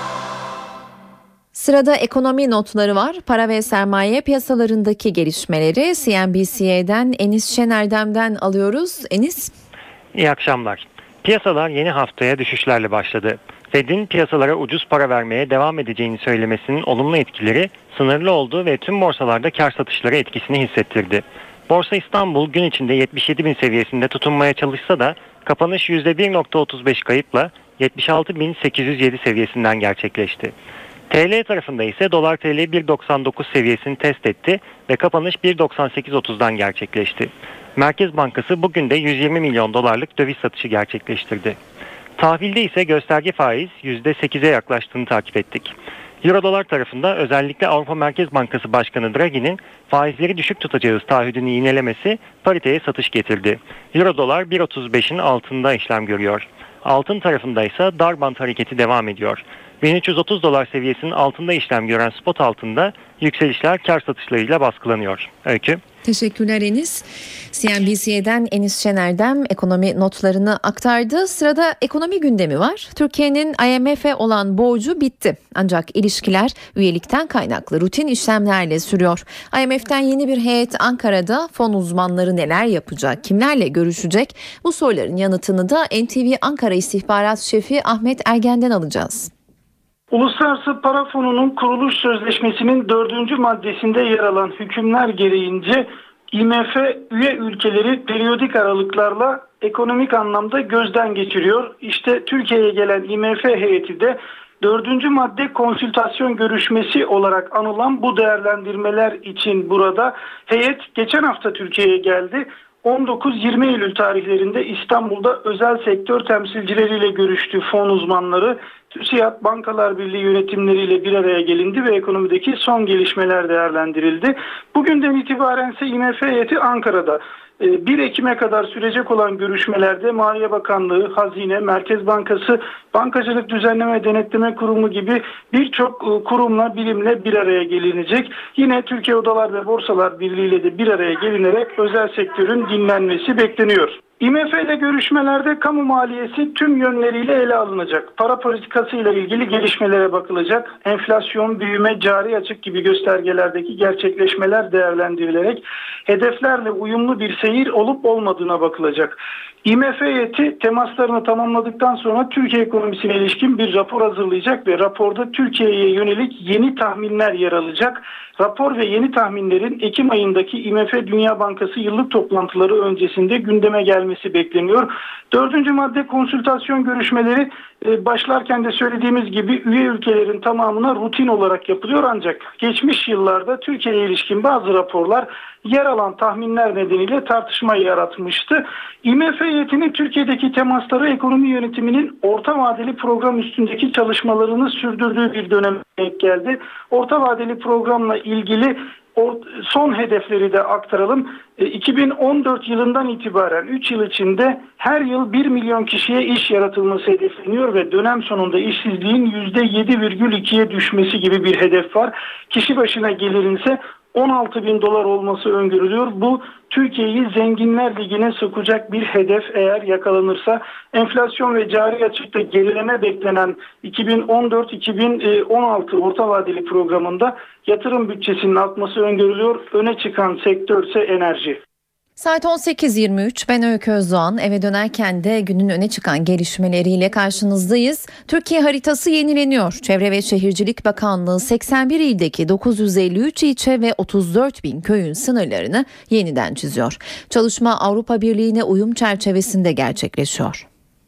Sırada ekonomi notları var. Para ve sermaye piyasalarındaki gelişmeleri CNBC'den Enis Şenerdem'den alıyoruz. Enis. İyi akşamlar. Piyasalar yeni haftaya düşüşlerle başladı. Fed'in piyasalara ucuz para vermeye devam edeceğini söylemesinin olumlu etkileri sınırlı oldu ve tüm borsalarda kar satışları etkisini hissettirdi. Borsa İstanbul gün içinde 77.000 seviyesinde tutunmaya çalışsa da kapanış %1.35 kayıpla 76.807 seviyesinden gerçekleşti. TL tarafında ise dolar TL 1.99 seviyesini test etti ve kapanış 1.98.30'dan gerçekleşti. Merkez Bankası bugün de 120 milyon dolarlık döviz satışı gerçekleştirdi. Tahvilde ise gösterge faiz %8'e yaklaştığını takip ettik. Euro dolar tarafında özellikle Avrupa Merkez Bankası Başkanı Draghi'nin faizleri düşük tutacağız taahhüdünü yinelemesi pariteye satış getirdi. Euro dolar 1.35'in altında işlem görüyor. Altın tarafında ise dar bant hareketi devam ediyor. $1330 seviyesinin altında işlem gören spot altında yükselişler kar satışlarıyla baskılanıyor. Öykü. Teşekkürler Enis. CNBC'den Enis Şener'den ekonomi notlarını aktardı. Sırada ekonomi gündemi var. Türkiye'nin IMF'e olan borcu bitti. Ancak ilişkiler üyelikten kaynaklı rutin işlemlerle sürüyor. IMF'ten yeni bir heyet Ankara'da, fon uzmanları neler yapacak, kimlerle görüşecek? Bu soruların yanıtını da NTV Ankara İstihbarat Şefi Ahmet Ergen'den alacağız. Uluslararası Para Fonu'nun kuruluş sözleşmesinin 4. maddesinde yer alan hükümler gereğince IMF üye ülkeleri periyodik aralıklarla ekonomik anlamda gözden geçiriyor. İşte Türkiye'ye gelen IMF heyeti de 4. madde konsültasyon görüşmesi olarak anılan bu değerlendirmeler için burada. Heyet geçen hafta Türkiye'ye geldi. 19-20 Eylül tarihlerinde İstanbul'da özel sektör temsilcileriyle görüştü fon uzmanları. TÜSİAD Bankalar Birliği yönetimleriyle bir araya gelindi ve ekonomideki son gelişmeler değerlendirildi. Bugünden itibaren ise IMF heyeti Ankara'da. 1 Ekim'e kadar sürecek olan görüşmelerde Maliye Bakanlığı, Hazine, Merkez Bankası, Bankacılık Düzenleme ve Denetleme Kurumu gibi birçok kurumla, birimle bir araya gelinecek. Yine Türkiye Odalar ve Borsalar Birliği ile de bir araya gelinerek özel sektörün dinlenmesi bekleniyor. IMF ile görüşmelerde kamu maliyesi tüm yönleriyle ele alınacak. Para politikası ile ilgili gelişmelere bakılacak. Enflasyon, büyüme, cari açık gibi göstergelerdeki gerçekleşmeler değerlendirilerek hedeflerle uyumlu bir seyir olup olmadığına bakılacak. IMF heyeti temaslarını tamamladıktan sonra Türkiye ekonomisine ilişkin bir rapor hazırlayacak ve raporda Türkiye'ye yönelik yeni tahminler yer alacak. Rapor ve yeni tahminlerin Ekim ayındaki IMF Dünya Bankası yıllık toplantıları öncesinde gündeme gelmesi bekleniyor. 4. madde konsültasyon görüşmeleri başlarken de söylediğimiz gibi üye ülkelerin tamamına rutin olarak yapılıyor, ancak geçmiş yıllarda Türkiye'ye ilişkin bazı raporlar yer alan tahminler nedeniyle tartışma yaratmıştı. IMF heyetinin Türkiye'deki temasları ekonomi yönetiminin orta vadeli program üstündeki çalışmalarını sürdürdüğü bir döneme denk geldi. Orta vadeli programla ilgili son hedefleri de aktaralım. 2014 yılından itibaren 3 yıl içinde her yıl 1 milyon kişiye iş yaratılması hedefleniyor ve dönem sonunda işsizliğin %7,2'ye düşmesi gibi bir hedef var. Kişi başına gelirin ise $16.000 olması öngörülüyor. Bu Türkiye'yi Zenginler Ligi'ne sokacak bir hedef eğer yakalanırsa. Enflasyon ve cari açıkta gerileme beklenen 2014-2016 orta vadeli programında yatırım bütçesinin artması öngörülüyor. Öne çıkan sektör ise enerji. Saat 18.23, ben Öykü Özdoğan. Eve dönerken de günün öne çıkan gelişmeleriyle karşınızdayız. Türkiye haritası yenileniyor. Çevre ve Şehircilik Bakanlığı 81 ildeki 953 ilçe ve 34.000 köyün sınırlarını yeniden çiziyor. Çalışma Avrupa Birliği'ne uyum çerçevesinde gerçekleşiyor.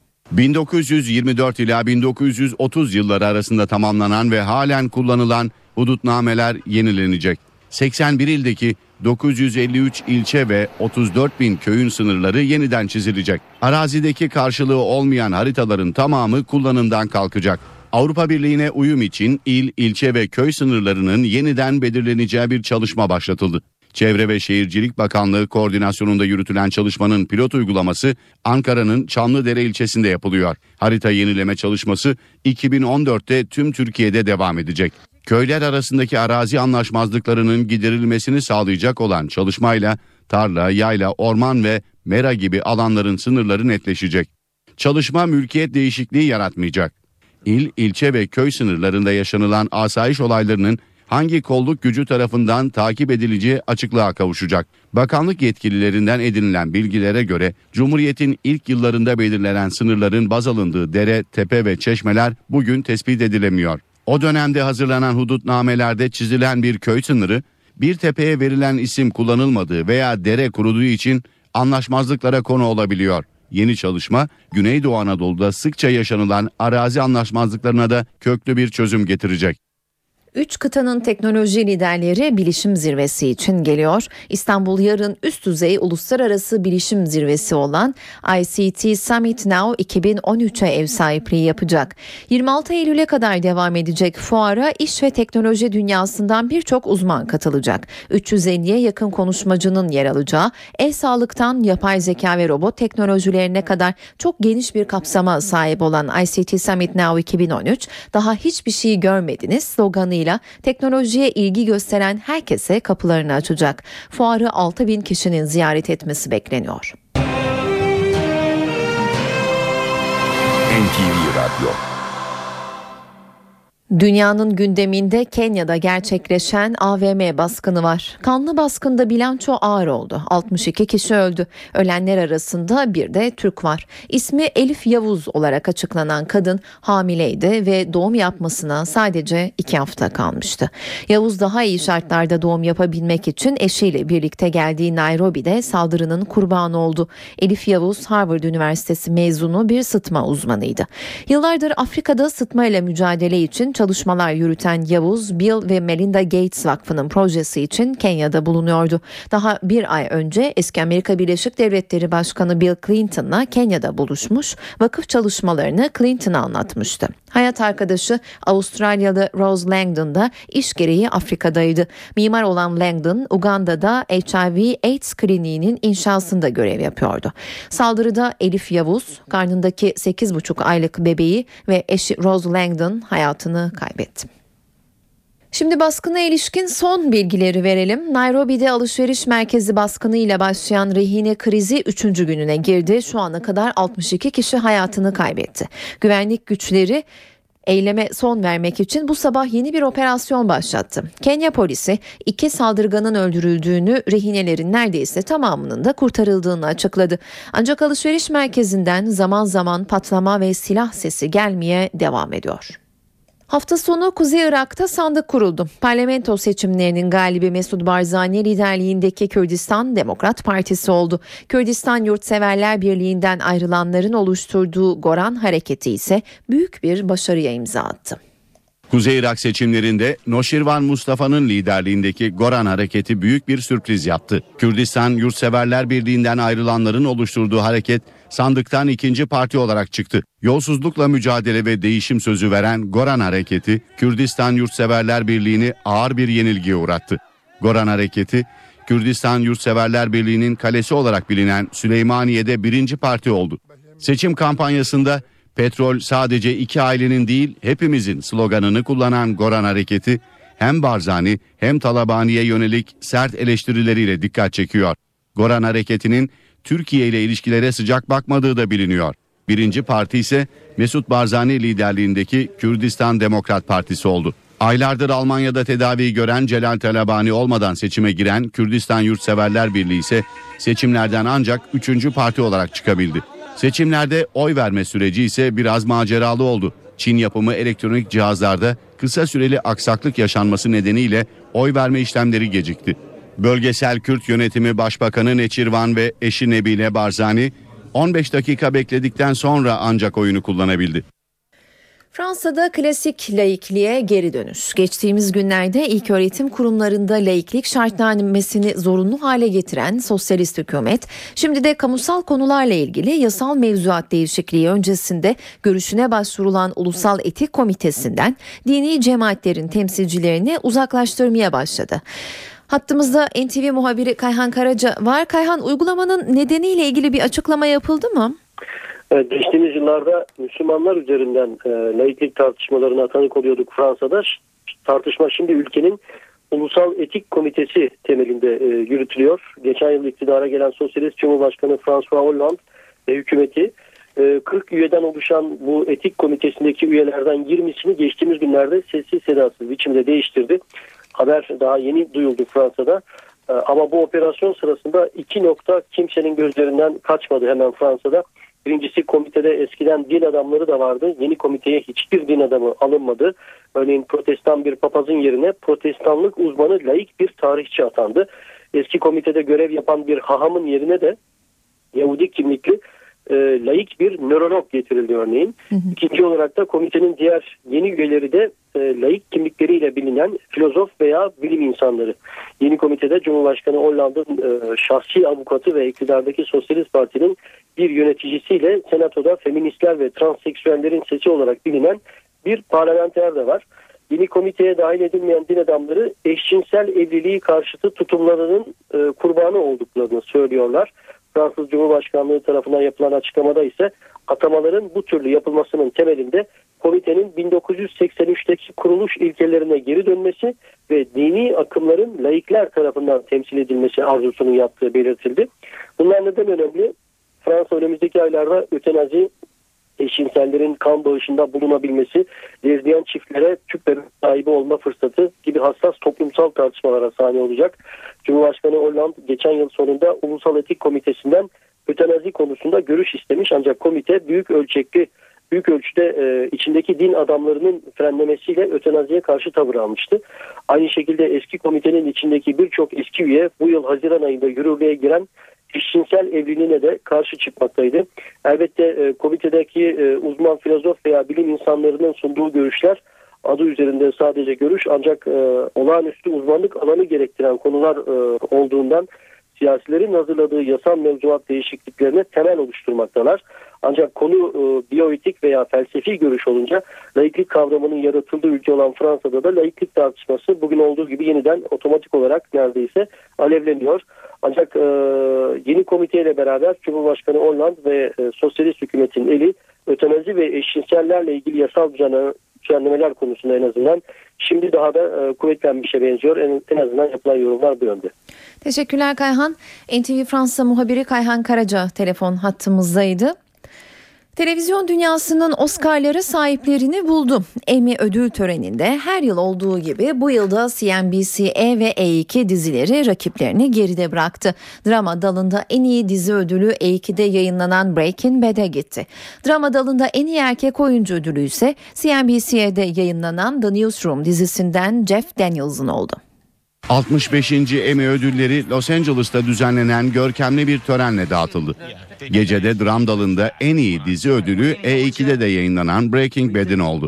1924 ila 1930 yılları arasında tamamlanan ve halen kullanılan hudutnameler yenilenecek. 81 ildeki 953 ilçe ve 34.000 köyün sınırları yeniden çizilecek. Arazideki karşılığı olmayan haritaların tamamı kullanımdan kalkacak. Avrupa Birliği'ne uyum için il, ilçe ve köy sınırlarının yeniden belirleneceği bir çalışma başlatıldı. Çevre ve Şehircilik Bakanlığı koordinasyonunda yürütülen çalışmanın pilot uygulaması Ankara'nın Çamlıdere ilçesinde yapılıyor. Harita yenileme çalışması 2014'te tüm Türkiye'de devam edecek. Köyler arasındaki arazi anlaşmazlıklarının giderilmesini sağlayacak olan çalışmayla tarla, yayla, orman ve mera gibi alanların sınırları netleşecek. Çalışma mülkiyet değişikliği yaratmayacak. İl, ilçe ve köy sınırlarında yaşanılan asayiş olaylarının hangi kolluk gücü tarafından takip edileceği açıklığa kavuşacak. Bakanlık yetkililerinden edinilen bilgilere göre Cumhuriyet'in ilk yıllarında belirlenen sınırların baz alındığı dere, tepe ve çeşmeler bugün tespit edilemiyor. O dönemde hazırlanan hudutnamelerde çizilen bir köy sınırı, bir tepeye verilen isim kullanılmadığı veya dere kuruduğu için anlaşmazlıklara konu olabiliyor. Yeni çalışma, Güneydoğu Anadolu'da sıkça yaşanılan arazi anlaşmazlıklarına da köklü bir çözüm getirecek. 3 kıtanın teknoloji liderleri bilişim zirvesi için geliyor. İstanbul yarın üst düzey uluslararası bilişim zirvesi olan ICT Summit Now 2013'e ev sahipliği yapacak. 26 Eylül'e kadar devam edecek fuara iş ve teknoloji dünyasından birçok uzman katılacak. 350'ye yakın konuşmacının yer alacağı, e-sağlıktan yapay zeka ve robot teknolojilerine kadar çok geniş bir kapsama sahip olan ICT Summit Now 2013, daha hiçbir şey görmediniz sloganıyla teknolojiye ilgi gösteren herkese kapılarını açacak. Fuarı 6.000 kişinin ziyaret etmesi bekleniyor. NTV Radyo. Dünyanın gündeminde Kenya'da gerçekleşen AVM baskını var. Kanlı baskında bilanço ağır oldu. 62 kişi öldü. Ölenler arasında bir de Türk var. İsmi Elif Yavuz olarak açıklanan kadın hamileydi ve doğum yapmasına sadece 2 hafta kalmıştı. Yavuz daha iyi şartlarda doğum yapabilmek için eşiyle birlikte geldiği Nairobi'de saldırının kurbanı oldu. Elif Yavuz Harvard Üniversitesi mezunu bir sıtma uzmanıydı. Yıllardır Afrika'da sıtma ile mücadele için çalışmalar yürüten Yavuz, Bill ve Melinda Gates Vakfı'nın projesi için Kenya'da bulunuyordu. Daha bir ay önce eski Amerika Birleşik Devletleri Başkanı Bill Clinton'la Kenya'da buluşmuş, vakıf çalışmalarını Clinton'a anlatmıştı. Hayat arkadaşı Avustralyalı Rose Langdon da iş gereği Afrika'daydı. Mimar olan Langdon, Uganda'da HIV/AIDS kliniğinin inşasında görev yapıyordu. Saldırıda Elif Yavuz, karnındaki 8,5 aylık bebeği ve eşi Rose Langdon hayatını kaybetti. Şimdi baskına ilişkin son bilgileri verelim. Nairobi'de alışveriş merkezi baskınıyla başlayan rehine krizi 3. gününe girdi. Şu ana kadar 62 kişi hayatını kaybetti. Güvenlik güçleri eyleme son vermek için bu sabah yeni bir operasyon başlattı. Kenya polisi 2 saldırganın öldürüldüğünü, rehinelerin neredeyse tamamının da kurtarıldığını açıkladı. Ancak alışveriş merkezinden zaman zaman patlama ve silah sesi gelmeye devam ediyor. Hafta sonu Kuzey Irak'ta sandık kuruldu. Parlamento seçimlerinin galibi Mesut Barzani liderliğindeki Kürdistan Demokrat Partisi oldu. Kürdistan Yurtseverler Birliği'nden ayrılanların oluşturduğu Goran Hareketi ise büyük bir başarıya imza attı. Kuzey Irak seçimlerinde Noşirvan Mustafa'nın liderliğindeki Goran Hareketi büyük bir sürpriz yaptı. Kürdistan Yurtseverler Birliği'nden ayrılanların oluşturduğu hareket sandıktan ikinci parti olarak çıktı. Yolsuzlukla mücadele ve değişim sözü veren Goran Hareketi, Kürdistan Yurtseverler Birliği'ni ağır bir yenilgiye uğrattı. Goran Hareketi, Kürdistan Yurtseverler Birliği'nin kalesi olarak bilinen Süleymaniye'de birinci parti oldu. Seçim kampanyasında "Petrol sadece 2 ailenin değil, hepimizin" sloganını kullanan Goran Hareketi, hem Barzani hem Talabani'ye yönelik sert eleştirileriyle dikkat çekiyor. Goran Hareketi'nin Türkiye ile ilişkilere sıcak bakmadığı da biliniyor. Birinci parti ise Mesut Barzani liderliğindeki Kürdistan Demokrat Partisi oldu. Aylardır Almanya'da tedavi gören Celal Talabani olmadan seçime giren Kürdistan Yurtseverler Birliği ise seçimlerden ancak 3. parti olarak çıkabildi. Seçimlerde oy verme süreci ise biraz maceralı oldu. Çin yapımı elektronik cihazlarda kısa süreli aksaklık yaşanması nedeniyle oy verme işlemleri gecikti. Bölgesel Kürt Yönetimi Başbakanı Neçirvan ve eşi Nebile Barzani 15 dakika bekledikten sonra ancak oyunu kullanabildi. Fransa'da klasik laikliğe geri dönüş. Geçtiğimiz günlerde ilköğretim kurumlarında laiklik şartnamesini zorunlu hale getiren sosyalist hükümet, şimdi de kamusal konularla ilgili yasal mevzuat değişikliği öncesinde görüşüne başvurulan Ulusal Etik Komitesi'nden dini cemaatlerin temsilcilerini uzaklaştırmaya başladı. Hattımızda NTV muhabiri Kayhan Karaca var. Kayhan, uygulamanın nedeniyle ilgili bir açıklama yapıldı mı? Evet, geçtiğimiz yıllarda Müslümanlar üzerinden laiklik tartışmalarına tanık oluyorduk Fransa'da. Tartışma şimdi ülkenin Ulusal Etik Komitesi temelinde yürütülüyor. Geçen yıl iktidara gelen Sosyalist Cumhurbaşkanı François Hollande ve hükümeti 40 üyeden oluşan bu etik komitesindeki üyelerden 20'sini geçtiğimiz günlerde sessiz sedasız biçimde değiştirdi. Haber daha yeni duyuldu Fransa'da. Ama bu operasyon sırasında 2 nokta kimsenin gözlerinden kaçmadı hemen Fransa'da. Birincisi, komitede eskiden din adamları da vardı. Yeni komiteye hiçbir din adamı alınmadı. Örneğin protestan bir papazın yerine protestanlık uzmanı laik bir tarihçi atandı. Eski komitede görev yapan bir hahamın yerine de Yahudi kimlikli laik bir nörolog getirildi örneğin. İkinci olarak da komitenin diğer yeni üyeleri de laik kimlikleriyle bilinen filozof veya bilim insanları. Yeni komitede Cumhurbaşkanı Hollande'ın şahsi avukatı ve iktidardaki Sosyalist Parti'nin bir yöneticisiyle senatoda feministler ve transseksüellerin sesi olarak bilinen bir parlamenter de var. Yeni komiteye dahil edilmeyen din adamları eşcinsel evliliği karşıtı tutumlarının kurbanı olduklarını söylüyorlar. Fransız Cumhurbaşkanlığı tarafından yapılan açıklamada ise atamaların bu türlü yapılmasının temelinde komitenin 1983'teki kuruluş ilkelerine geri dönmesi ve dini akımların laikler tarafından temsil edilmesi arzusunun yaptığı belirtildi. Bunlar neden önemli? Fransa önümüzdeki aylarda ötenazi, eşcinsellerin kan bağışında bulunabilmesi, lezbiyen çiftlere tüp bebek sahibi olma fırsatı gibi hassas toplumsal tartışmalara sahne olacak. Cumhurbaşkanı Hollande geçen yıl sonunda Ulusal Etik Komitesi'nden ötenazi konusunda görüş istemiş, ancak komite büyük ölçüde içindeki din adamlarının frenlemesiyle ötenaziye karşı tavır almıştı. Aynı şekilde eski komitenin içindeki birçok eski üye bu yıl Haziran ayında yürürlüğe giren eşcinsel evliliğine de karşı çıkmaktaydı. Elbette komitedeki uzman filozof veya bilim insanlarının sunduğu görüşler adı üzerinde sadece görüş, ancak olağanüstü uzmanlık alanı gerektiren konular olduğundan siyasilerin hazırladığı yasal mevzuat değişikliklerine temel oluşturmaktalar. Ancak konu biyoetik veya felsefi görüş olunca laiklik kavramının yaratıldığı ülke olan Fransa'da da laiklik tartışması bugün olduğu gibi yeniden otomatik olarak neredeyse alevleniyor. Ancak yeni komiteyle beraber Cumhurbaşkanı Hollande ve sosyalist hükümetin eli ötenazi ve eşcinsellerle ilgili yasal düzenlemeler konusunda en azından şimdi daha da kuvvetlenmişe benziyor. En azından yapılan yorumlar bu yönde. Teşekkürler Kayhan. NTV Fransa muhabiri Kayhan Karaca telefon hattımızdaydı. Televizyon dünyasının Oscar'ları sahiplerini buldu. Emmy ödül töreninde her yıl olduğu gibi bu yılda CNBC ve E2 dizileri rakiplerini geride bıraktı. Drama dalında en iyi dizi ödülü E2'de yayınlanan Breaking Bad'e gitti. Drama dalında en iyi erkek oyuncu ödülü ise CNBC'de yayınlanan The Newsroom dizisinden Jeff Daniels'ın oldu. 65. Emmy ödülleri Los Angeles'ta düzenlenen görkemli bir törenle dağıtıldı. Gecede dram dalında en iyi dizi ödülü E2'de de yayınlanan Breaking Bad'in oldu.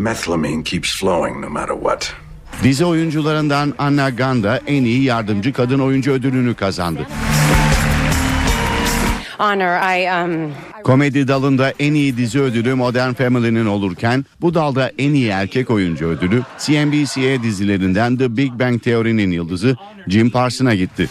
Dizi oyuncularından Anna Gunn da en iyi yardımcı kadın oyuncu ödülünü kazandı. Komedi dalında en iyi dizi ödülü Modern Family'nin olurken bu dalda en iyi erkek oyuncu ödülü CNBC dizilerinden The Big Bang Theory'nin yıldızı Jim Parsons'a gitti.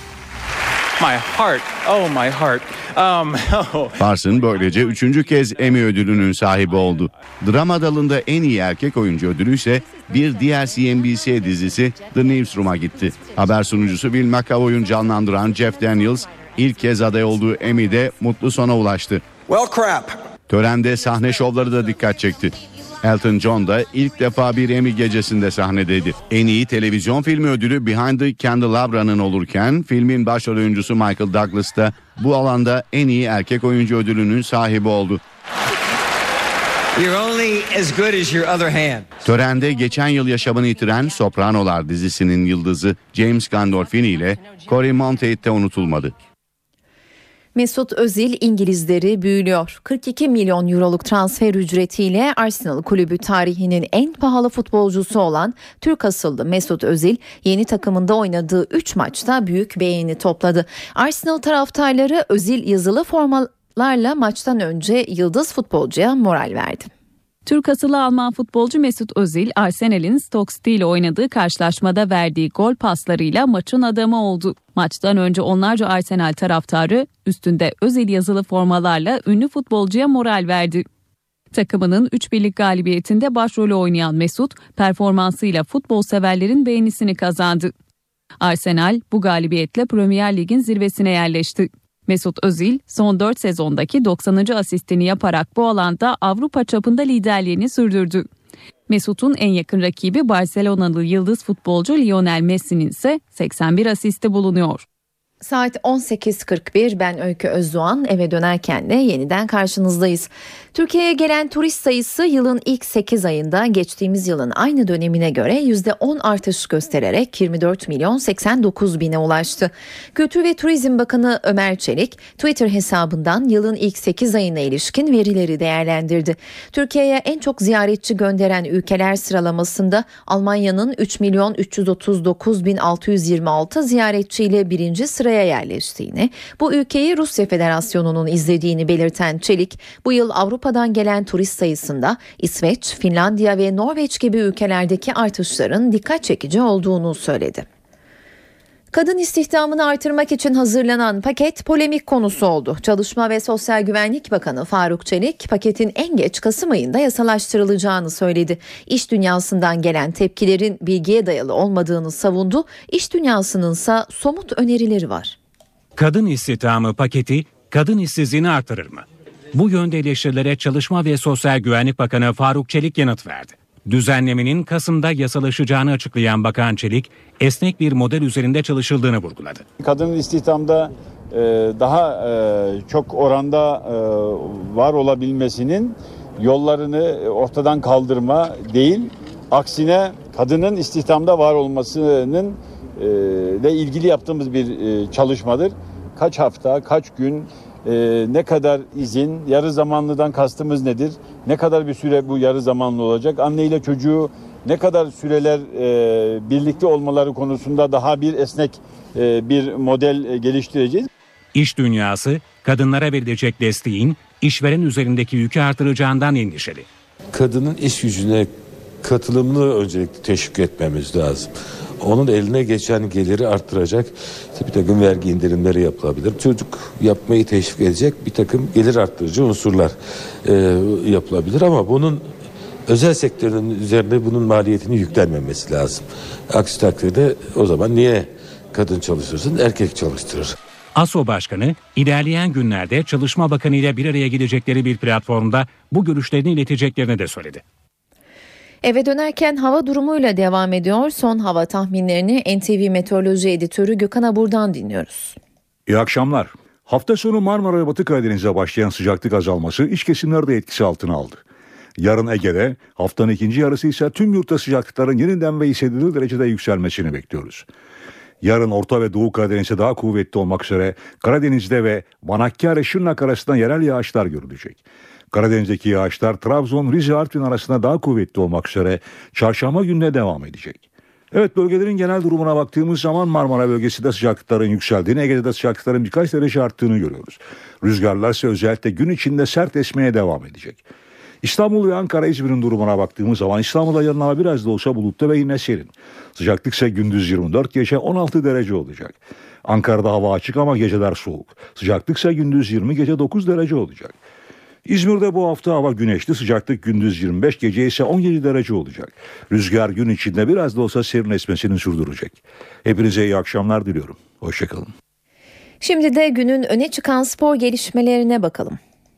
Parson böylece 3. kez Emmy ödülünün sahibi oldu. Drama dalında en iyi erkek oyuncu ödülü ise bir diğer CNBC dizisi The Newsroom'a gitti. Haber sunucusu Bill McAvoy'un canlandıran Jeff Daniels ilk kez aday olduğu Emmy'de mutlu sona ulaştı. Törende sahne şovları da dikkat çekti. Elton John da ilk defa bir Emmy gecesinde sahnedeydi. En iyi televizyon filmi ödülü Behind the Candelabra'nın olurken filmin başrol oyuncusu Michael Douglas da bu alanda en iyi erkek oyuncu ödülünün sahibi oldu. Törende geçen yıl yaşamını yitiren Sopranolar dizisinin yıldızı James Gandolfini ile Cory Monteith de unutulmadı. Mesut Özil İngilizleri büyülüyor. 42 milyon euroluk transfer ücretiyle Arsenal kulübü tarihinin en pahalı futbolcusu olan Türk asıllı Mesut Özil yeni takımında oynadığı 3 maçta büyük beğeni topladı. Arsenal taraftarları Özil yazılı formalarla maçtan önce yıldız futbolcuya moral verdi. Türk asıllı Alman futbolcu Mesut Özil, Arsenal'in Stoke City ile oynadığı karşılaşmada verdiği gol paslarıyla maçın adamı oldu. Maçtan önce onlarca Arsenal taraftarı üstünde Özil yazılı formalarla ünlü futbolcuya moral verdi. Takımının 3-1'lik galibiyetinde başrolü oynayan Mesut, performansıyla futbol severlerin beğenisini kazandı. Arsenal bu galibiyetle Premier Lig'in zirvesine yerleşti. Mesut Özil son 4 sezondaki 90. asistini yaparak bu alanda Avrupa çapında liderliğini sürdürdü. Mesut'un en yakın rakibi Barcelona'lı yıldız futbolcu Lionel Messi'nin ise 81 asisti bulunuyor. Saat 18.41, ben Öykü Özdoğan, eve dönerken de yeniden karşınızdayız. Türkiye'ye gelen turist sayısı yılın ilk 8 ayında geçtiğimiz yılın aynı dönemine göre %10 artış göstererek 24 milyon 89 bine ulaştı. Kültür ve Turizm Bakanı Ömer Çelik, Twitter hesabından yılın ilk 8 ayına ilişkin verileri değerlendirdi. Türkiye'ye en çok ziyaretçi gönderen ülkeler sıralamasında Almanya'nın 3 milyon 339 bin 626 ziyaretçiyle birinci sıraya yerleştiğini, bu ülkeyi Rusya Federasyonu'nun izlediğini belirten Çelik, bu yıl Avrupa'dan gelen turist sayısında İsveç, Finlandiya ve Norveç gibi ülkelerdeki artışların dikkat çekici olduğunu söyledi. Kadın istihdamını artırmak için hazırlanan paket polemik konusu oldu. Çalışma ve Sosyal Güvenlik Bakanı Faruk Çelik, paketin en geç Kasım ayında yasalaştırılacağını söyledi. İş dünyasından gelen tepkilerin bilgiye dayalı olmadığını savundu. İş dünyasınınsa somut önerileri var. Kadın istihdamı paketi kadın işsizliğini artırır mı? Bu yönde eleştirilere Çalışma ve Sosyal Güvenlik Bakanı Faruk Çelik yanıt verdi. Düzenlemenin Kasım'da yasalaşacağını açıklayan Bakan Çelik, esnek bir model üzerinde çalışıldığını vurguladı. Kadının istihdamda daha çok oranda var olabilmesinin yollarını ortadan kaldırma değil, aksine kadının istihdamda var olmasının ile ilgili yaptığımız bir çalışmadır. Kaç hafta, kaç gün, ne kadar izin, yarı zamanlıdan kastımız nedir? Ne kadar bir süre bu yarı zamanlı olacak? Anne ile çocuğu ne kadar süreler birlikte olmaları konusunda daha bir esnek bir model geliştireceğiz. İş dünyası kadınlara verilecek desteğin işveren üzerindeki yükü artıracağından endişeli. Kadının iş gücüne katılımını öncelikle teşvik etmemiz lazım. Onun eline geçen geliri arttıracak bir takım vergi indirimleri yapılabilir. Çocuk yapmayı teşvik edecek bir takım gelir arttırıcı unsurlar yapılabilir ama bunun özel sektörün üzerine bunun maliyetini yüklenmemesi lazım. Aksi takdirde o zaman niye kadın çalıştırsın, erkek çalıştırır. ASO Başkanı ilerleyen günlerde Çalışma Bakanı ile bir araya gelecekleri bir platformda bu görüşlerini ileteceklerini de söyledi. Eve dönerken hava durumuyla devam ediyor. Son hava tahminlerini NTV Meteoroloji Editörü Gökhan Abur'dan dinliyoruz. İyi akşamlar. Hafta sonu Marmara ve Batı Karadeniz'e başlayan sıcaklık azalması iç kesimlerde etkisi altına aldı. Yarın Ege'de, haftanın ikinci yarısı ise tüm yurtta sıcaklıkların yeniden ve hissedilir derecede yükselmesini bekliyoruz. Yarın Orta ve Doğu Karadeniz'e daha kuvvetli olmak üzere Karadeniz'de ve Manakkari-Şırnak arasında yerel yağışlar görülecek. Karadeniz'deki yağışlar Trabzon, Rize, Artvin arasında daha kuvvetli olmak üzere çarşamba gününe devam edecek. Evet, bölgelerin genel durumuna baktığımız zaman Marmara bölgesinde sıcaklıkların yükseldiğini, Ege'de de sıcaklıkların birkaç derece arttığını görüyoruz. Rüzgarlar ise özellikle gün içinde sert esmeye devam edecek. İstanbul ve Ankara, İzmir'in durumuna baktığımız zaman İstanbul'da yarın hava biraz da olsa bulutlu ve yine serin. Sıcaklık ise gündüz 24, gece 16 derece olacak. Ankara'da hava açık ama geceler soğuk. Sıcaklık ise gündüz 20, gece 9 derece olacak. İzmir'de bu hafta hava güneşli, sıcaklık gündüz 25, gece ise 17 derece olacak. Rüzgar gün içinde biraz da olsa serin esmesini sürdürecek. Hepinize iyi akşamlar diliyorum. Hoşçakalın. Şimdi de günün öne çıkan spor gelişmelerine bakalım.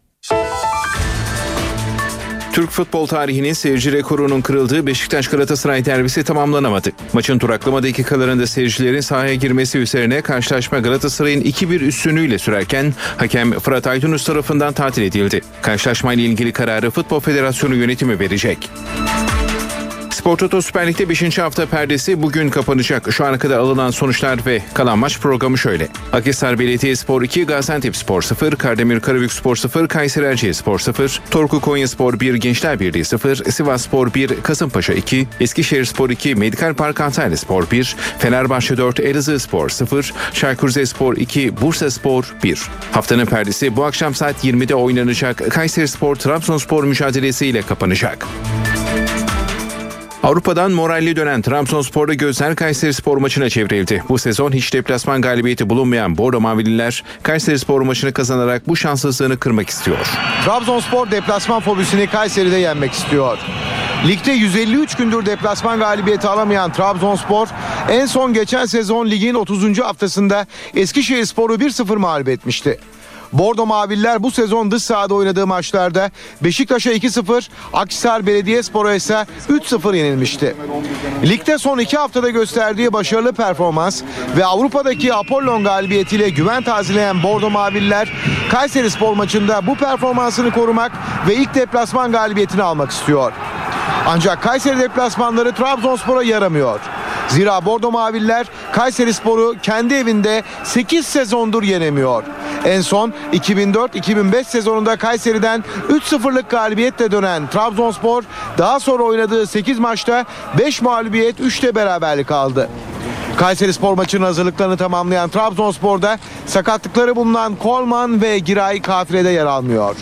Türk futbol tarihinin seyirci rekorunun kırıldığı Beşiktaş-Galatasaray derbisi tamamlanamadı. Maçın duraklama dakikalarında seyircilerin sahaya girmesi üzerine karşılaşma Galatasaray'ın 2-1 üstünlüğüyle sürerken hakem Fırat Aydınus tarafından tatil edildi. Karşılaşmayla ilgili kararı Futbol Federasyonu yönetimi verecek. Spor Toto Süper Lig'de 5. hafta perdesi bugün kapanacak. Şu ana kadar alınan sonuçlar ve kalan maç programı şöyle. Akhisar Belediyespor 2, Gaziantepspor 0, Kardemir Karabükspor 0, Kayseri Erciyesspor 0, Torku Konyaspor 1, Gençler Birliği 0, Sivasspor 1, Kasımpaşa 2, Eskişehirspor 2, Medikal Park Antalyaspor 1, Fenerbahçe 4, Elazığspor 0, Çaykur Rizespor 2, Bursaspor 1. Haftanın perdesi bu akşam saat 20'de oynanacak Kayserispor Trabzonspor mücadelesiyle kapanacak. Avrupa'dan moralli dönen Trabzonspor'da gözler Kayserispor maçına çevrildi. Bu sezon hiç deplasman galibiyeti bulunmayan Bordo Mavililer, Kayserispor maçını kazanarak bu şanssızlığını kırmak istiyor. Trabzonspor deplasman fobisini Kayseri'de yenmek istiyor. Ligde 153 gündür deplasman galibiyeti alamayan Trabzonspor, en son geçen sezon ligin 30. haftasında Eskişehirspor'u 1-0 mağlup etmişti. Bordo Maviller bu sezon dış sahada oynadığı maçlarda Beşiktaş'a 2-0, Akhisar Belediyespor'a ise 3-0 yenilmişti. Ligde son 2 haftada gösterdiği başarılı performans ve Avrupa'daki Apollon galibiyetiyle güven tazeleyen Bordo Maviller, Kayserispor maçında bu performansını korumak ve ilk deplasman galibiyetini almak istiyor. Ancak Kayseri deplasmanları Trabzonspor'a yaramıyor. Zira Bordo Maviller Kayserispor'u kendi evinde 8 sezondur yenemiyor. En son 2004-2005 sezonunda Kayseri'den 3-0'lık galibiyetle dönen Trabzonspor daha sonra oynadığı 8 maçta 5 mağlubiyet 3'te beraberlik aldı. Kayserispor maçının hazırlıklarını tamamlayan Trabzonspor'da sakatlıkları bulunan Kolman ve Giray kafilede yer almıyor.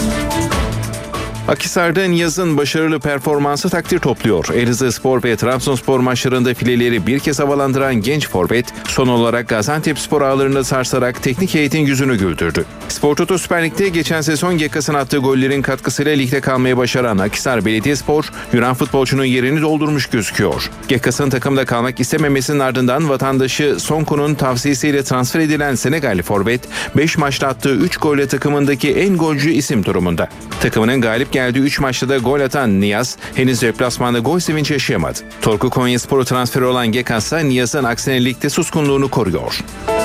Akhisar'da Niyaz'ın başarılı performansı takdir topluyor. Elazığspor ve Trabzonspor maçlarında fileleri bir kez havalandıran genç forvet son olarak Gaziantepspor ağlarını sarsarak teknik heyetin yüzünü güldürdü. Spor Toto Süper Lig'de geçen sezon Gekas'ın attığı gollerin katkısıyla ligde kalmaya başaran Akhisar Belediyespor, Yunan futbolcunun yerini doldurmuş gözüküyor. Gekas'ın takımda kalmak istememesinin ardından vatandaşı Sonko'nun tavsiyesiyle transfer edilen Senegalli forvet, 5 maçta attığı 3 golle takımındaki en golcü isim durumunda. Takımının galip geldiği 3 maçta da gol atan Niyaz henüz deplasmanda gol sevinci yaşayamadı. Torku Konyaspor'a transferi olan Gekas ise Niyaz'ın aksine ligde suskunluğunu koruyor.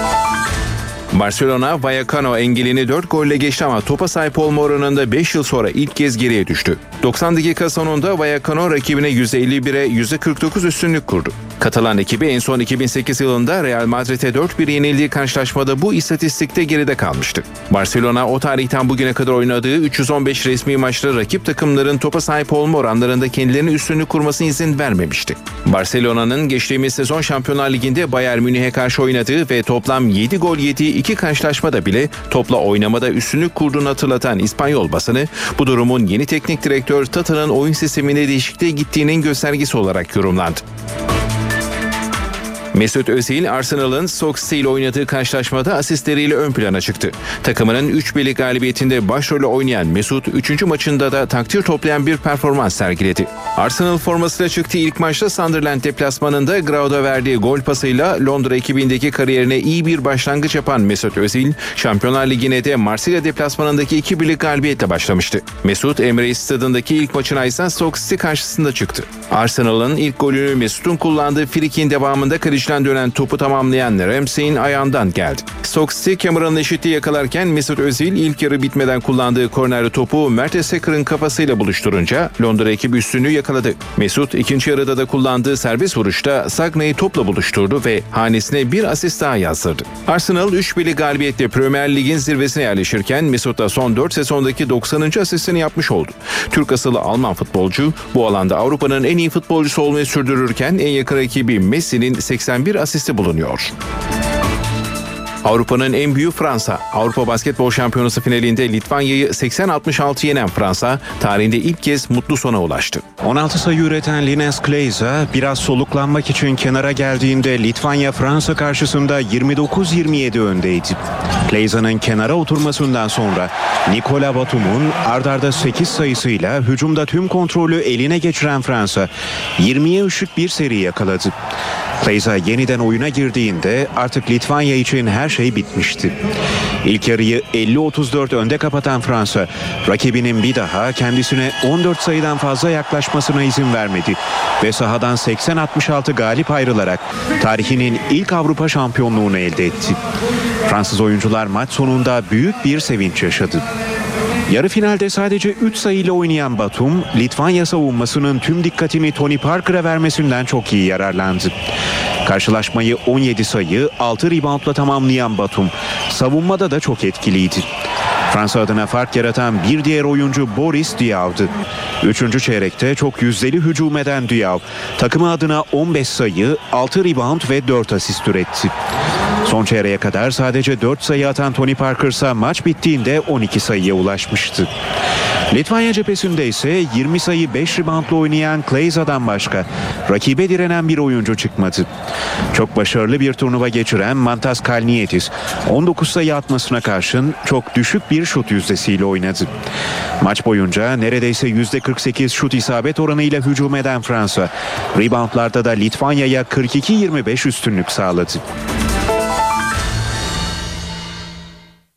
Barcelona, Vallecano engelini 4 golle geçti ama topa sahip olma oranında 5 yıl sonra ilk kez geriye düştü. 90 dakika sonunda Vallecano rakibine %51'e %49 üstünlük kurdu. Katalan ekibi en son 2008 yılında Real Madrid'e 4-1 yenildiği karşılaşmada bu istatistikte geride kalmıştı. Barcelona o tarihten bugüne kadar oynadığı 315 resmi maçta rakip takımların topa sahip olma oranlarında kendilerine üstünlük kurmasına izin vermemişti. Barcelona'nın geçtiğimiz sezon Şampiyonlar Ligi'nde Bayern Münih'e karşı oynadığı ve toplam 7 gol yediği 2 karşılaşmada bile topla oynamada üstünlük kurduğunu hatırlatan İspanyol basını bu durumun yeni teknik direktör Tata'nın oyun sisteminde değişikliğe gittiğinin göstergesi olarak yorumlandı. Mesut Özil, Arsenal'ın Stoke City ile oynadığı karşılaşmada asistleriyle ön plana çıktı. Takımının 3-1'lik galibiyetinde başrolü oynayan Mesut, 3. maçında da takdir toplayan bir performans sergiledi. Arsenal formasıyla çıktığı ilk maçta Sunderland deplasmanında Grau'da verdiği gol pasıyla Londra ekibindeki kariyerine iyi bir başlangıç yapan Mesut Özil, Şampiyonlar Ligi'ne de Marsilya deplasmanındaki 2-1'lik galibiyetle başlamıştı. Mesut, Emirates Stadı'ndaki ilk maçına ise Stoke City karşısında çıktı. Arsenal'ın ilk golünü Mesut'un kullandığı frikin devamında dönen topu tamamlayan Ramsey'in ayağından geldi. Stoke City Cameron'ın eşitliği yakalarken Mesut Özil ilk yarı bitmeden kullandığı kornerli topu Mertesacker'ın kafasıyla buluşturunca Londra ekibi üstünlüğü yakaladı. Mesut ikinci yarıda da kullandığı serbest vuruşta Sagney'i topla buluşturdu ve hanesine bir asist daha yazdırdı. Arsenal 3-1'lik galibiyetle Premier Lig'in zirvesine yerleşirken Mesut da son 4 sezondaki 90. asistini yapmış oldu. Türk asıllı Alman futbolcu bu alanda Avrupa'nın en iyi futbolcusu olmayı sürdürürken en yakın rakibi Messi'nin 81 asisti bulunuyor. Avrupa'nın en büyüğü Fransa. Avrupa Basketbol Şampiyonası finalinde Litvanya'yı 80-66 yenen Fransa, tarihinde ilk kez mutlu sona ulaştı. 16 sayı üreten Linas Kleiza biraz soluklanmak için kenara geldiğinde Litvanya Fransa karşısında 29-27 öndeydi. Kleiza'nın kenara oturmasından sonra Nikola Batum'un ardarda 8 sayısıyla hücumda tüm kontrolü eline geçiren Fransa 20'ye 3'lük bir seri yakaladı. Kleiza yeniden oyuna girdiğinde artık Litvanya için her şey bitmişti. İlk yarıyı 50-34 önde kapatan Fransa, rakibinin bir daha kendisine 14 sayıdan fazla yaklaşmasına izin vermedi ve sahadan 80-66 galip ayrılarak tarihinin ilk Avrupa şampiyonluğunu elde etti. Fransız oyuncular maç sonunda büyük bir sevinç yaşadı. Yarı finalde sadece 3 sayıyla oynayan Batum, Litvanya savunmasının tüm dikkatini Tony Parker'a vermesinden çok iyi yararlandı. Karşılaşmayı 17 sayı, 6 reboundla tamamlayan Batum, savunmada da çok etkiliydi. Fransa adına fark yaratan bir diğer oyuncu Boris Diaw'dı. 3. çeyrekte çok yüzdeli hücum eden Diaw, takımı adına 15 sayı, 6 rebound ve 4 asist üretti. Son çeyreğe kadar sadece 4 sayı atan Tony Parker ise maç bittiğinde 12 sayıya ulaşmıştı. Litvanya cephesinde ise 20 sayı 5 reboundla oynayan Kleiza'dan başka rakibe direnen bir oyuncu çıkmadı. Çok başarılı bir turnuva geçiren Mantas Kalnietis 19 sayı atmasına karşın çok düşük bir şut yüzdesiyle oynadı. Maç boyunca neredeyse %48 şut isabet oranıyla hücum eden Fransa, reboundlarda da Litvanya'ya 42-25 üstünlük sağladı. Saat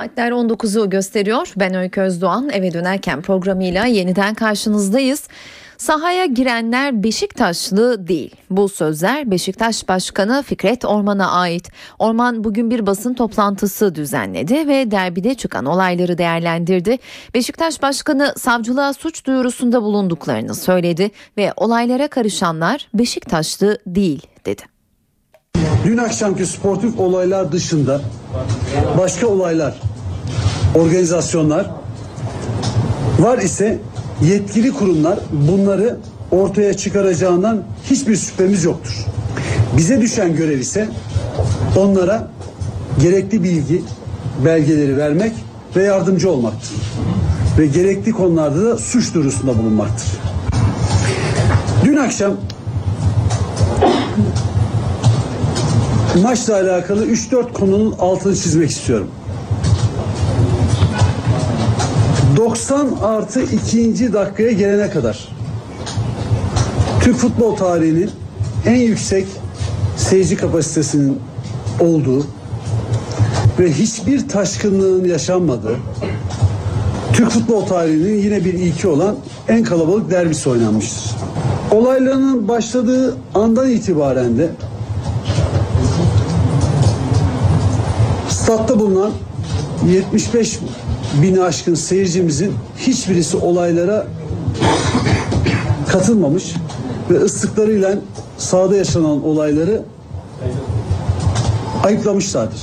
Saatler 19'u gösteriyor. Ben Öykü Özdoğan. Eve dönerken programıyla yeniden karşınızdayız. Sahaya girenler Beşiktaşlı değil. Bu sözler Beşiktaş Başkanı Fikret Orman'a ait. Orman bugün bir basın toplantısı düzenledi ve derbide çıkan olayları değerlendirdi. Beşiktaş Başkanı savcılığa suç duyurusunda bulunduklarını söyledi ve olaylara karışanlar Beşiktaşlı değil dedi. Dün akşamki sportif olaylar dışında başka olaylar, organizasyonlar var ise yetkili kurumlar bunları ortaya çıkaracağından hiçbir şüphemiz yoktur. Bize düşen görev ise onlara gerekli bilgi, belgeleri vermek ve yardımcı olmaktır. Ve gerekli konularda da suç duyurusunda bulunmaktır. Dün akşam maçla alakalı 3-4 konunun altını çizmek istiyorum. 90+2. dakikaya gelene kadar Türk futbol tarihinin en yüksek seyirci kapasitesinin olduğu ve hiçbir taşkınlığın yaşanmadığı, Türk futbol tarihinin yine bir ilki olan en kalabalık derbisi oynanmıştır. Olayların başladığı andan itibaren de statta bulunan 75 bini aşkın seyircimizin hiçbirisi olaylara katılmamış ve ıslıklarıyla sahada yaşanan olayları ayıplamışlardır.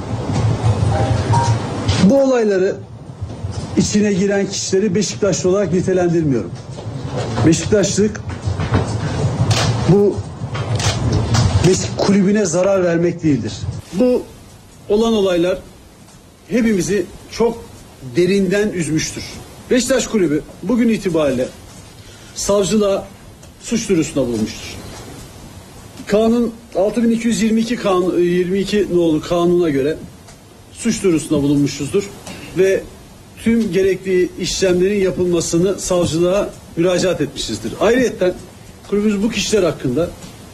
Bu olayları içine giren kişileri Beşiktaşlı olarak nitelendirmiyorum. Beşiktaşlık bu kulübüne zarar vermek değildir. Bu olan olaylar hepimizi çok derinden üzmüştür. Beşiktaş Kulübü bugün itibariyle savcılığa suç duyurusunda bulunmuştur. Kanun 6222 nolu kanuna göre suç duyurusunda bulunmuşuzdur ve tüm gerekli işlemlerin yapılmasını savcılığa müracaat etmişizdir. Ayrıca kulübümüz bu kişiler hakkında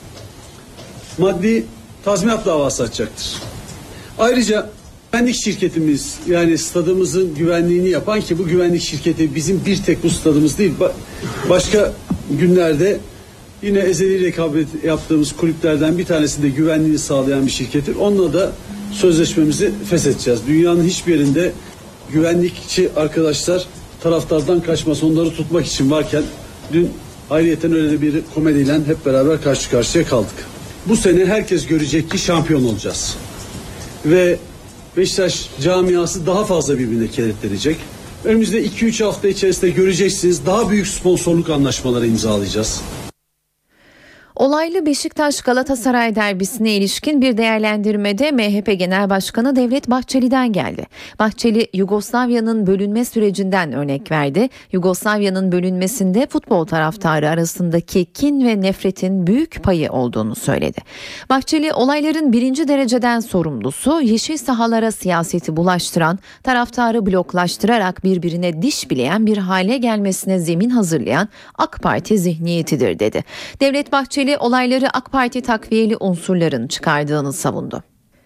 maddi tazminat davası açacaktır. Ayrıca güvenlik şirketimiz, yani stadımızın güvenliğini yapan, ki bu güvenlik şirketi bizim bir tek bu stadımız değil, başka günlerde yine ezeli rekabet yaptığımız kulüplerden bir tanesinde güvenliğini sağlayan bir şirkettir. Onunla da sözleşmemizi feshedeceğiz. Dünyanın hiçbir yerinde güvenlikçi arkadaşlar taraftardan kaçması, onları tutmak için varken dün ayrıyeten öyle bir komediyle hep beraber karşı karşıya kaldık. Bu sene herkes görecek ki şampiyon olacağız. Ve Beşiktaş camiası daha fazla birbirine kenetlenecek. Önümüzde 2-3 hafta içerisinde göreceksiniz, daha büyük sponsorluk anlaşmaları imzalayacağız. Olaylı Beşiktaş-Galatasaray derbisine ilişkin bir değerlendirmede MHP Genel Başkanı Devlet Bahçeli'den geldi. Bahçeli, Yugoslavya'nın bölünme sürecinden örnek verdi. Yugoslavya'nın bölünmesinde futbol taraftarı arasındaki kin ve nefretin büyük payı olduğunu söyledi. Bahçeli, olayların birinci dereceden sorumlusu, yeşil sahalara siyaseti bulaştıran, taraftarı bloklaştırarak birbirine diş bileyen bir hale gelmesine zemin hazırlayan AK Parti zihniyetidir dedi. Devlet Bahçeli, olayları AK Parti takviyeli unsurların çıkardığını savundu.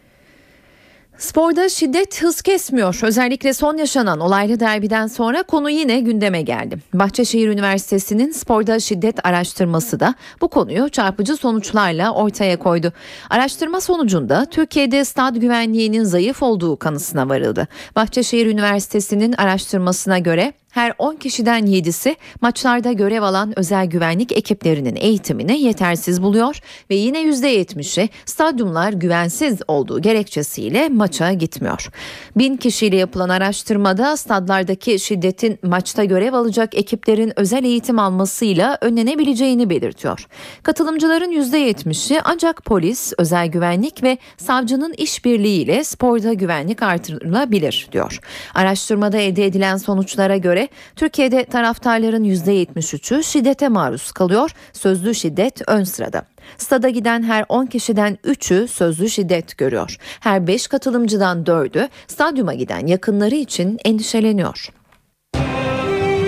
Sporda şiddet hız kesmiyor. Özellikle son yaşanan olaylı derbiden sonra konu yine gündeme geldi. Bahçeşehir Üniversitesi'nin sporda şiddet araştırması da bu konuyu çarpıcı sonuçlarla ortaya koydu. Araştırma sonucunda Türkiye'de stad güvenliğinin zayıf olduğu kanısına varıldı. Bahçeşehir Üniversitesi'nin araştırmasına göre her 10 kişiden 7'si maçlarda görev alan özel güvenlik ekiplerinin eğitimini yetersiz buluyor ve yine %70'i stadyumlar güvensiz olduğu gerekçesiyle maça gitmiyor. 1000 kişiyle yapılan araştırmada stadlardaki şiddetin maçta görev alacak ekiplerin özel eğitim almasıyla önlenebileceğini belirtiyor. Katılımcıların %70'i ancak polis, özel güvenlik ve savcının işbirliğiyle sporda güvenlik artırılabilir diyor. Araştırmada elde edilen sonuçlara göre Türkiye'de taraftarların %73'ü şiddete maruz kalıyor. Sözlü şiddet ön sırada. Stada giden her 10 kişiden 3'ü sözlü şiddet görüyor. Her 5 katılımcıdan 4'ü stadyuma giden yakınları için endişeleniyor.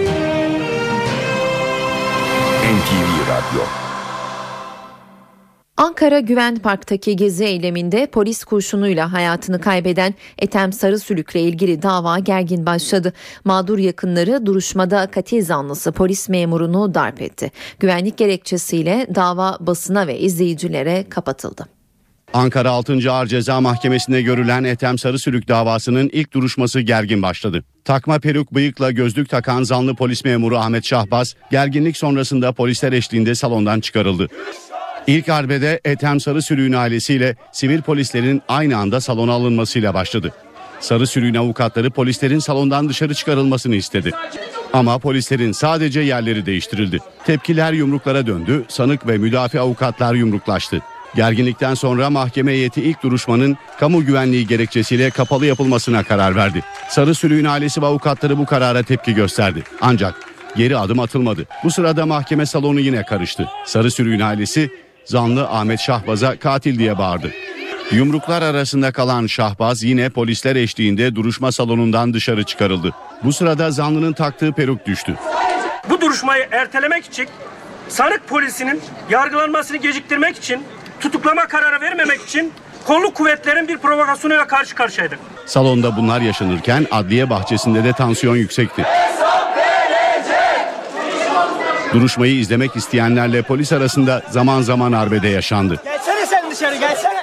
NTV Radyo. Ankara Güven Park'taki gezi eyleminde polis kurşunuyla hayatını kaybeden Ethem Sarısülük'le ilgili dava gergin başladı. Mağdur yakınları duruşmada katil zanlısı polis memurunu darp etti. Güvenlik gerekçesiyle dava basına ve izleyicilere kapatıldı. Ankara 6. Ağır Ceza Mahkemesi'nde görülen Ethem Sarısülük davasının ilk duruşması gergin başladı. Takma peruk bıyıkla gözlük takan zanlı polis memuru Ahmet Şahbaz gerginlik sonrasında polisler eşliğinde salondan çıkarıldı. İlk arbede Ethem Sarısülük'ün ailesiyle sivil polislerin aynı anda salona alınmasıyla başladı. Sarısülük'ün avukatları polislerin salondan dışarı çıkarılmasını istedi. Ama polislerin sadece yerleri değiştirildi. Tepkiler yumruklara döndü, sanık ve müdafi avukatlar yumruklaştı. Gerginlikten sonra mahkeme heyeti ilk duruşmanın kamu güvenliği gerekçesiyle kapalı yapılmasına karar verdi. Sarısülük'ün ailesi ve avukatları bu karara tepki gösterdi. Ancak geri adım atılmadı. Bu sırada mahkeme salonu yine karıştı. Sarısülük'ün ailesi zanlı Ahmet Şahbaz'a katil diye bağırdı. Yumruklar arasında kalan Şahbaz yine polisler eşliğinde duruşma salonundan dışarı çıkarıldı. Bu sırada zanlının taktığı peruk düştü. Bu duruşmayı ertelemek için sanık polisinin yargılanmasını geciktirmek için tutuklama kararı vermemek için kolluk kuvvetlerin bir provokasyonuyla karşı karşıyaydık. Salonda bunlar yaşanırken adliye bahçesinde de tansiyon yüksekti. Duruşmayı izlemek isteyenlerle polis arasında zaman zaman arbede yaşandı. Gelsene sen dışarı gelsene.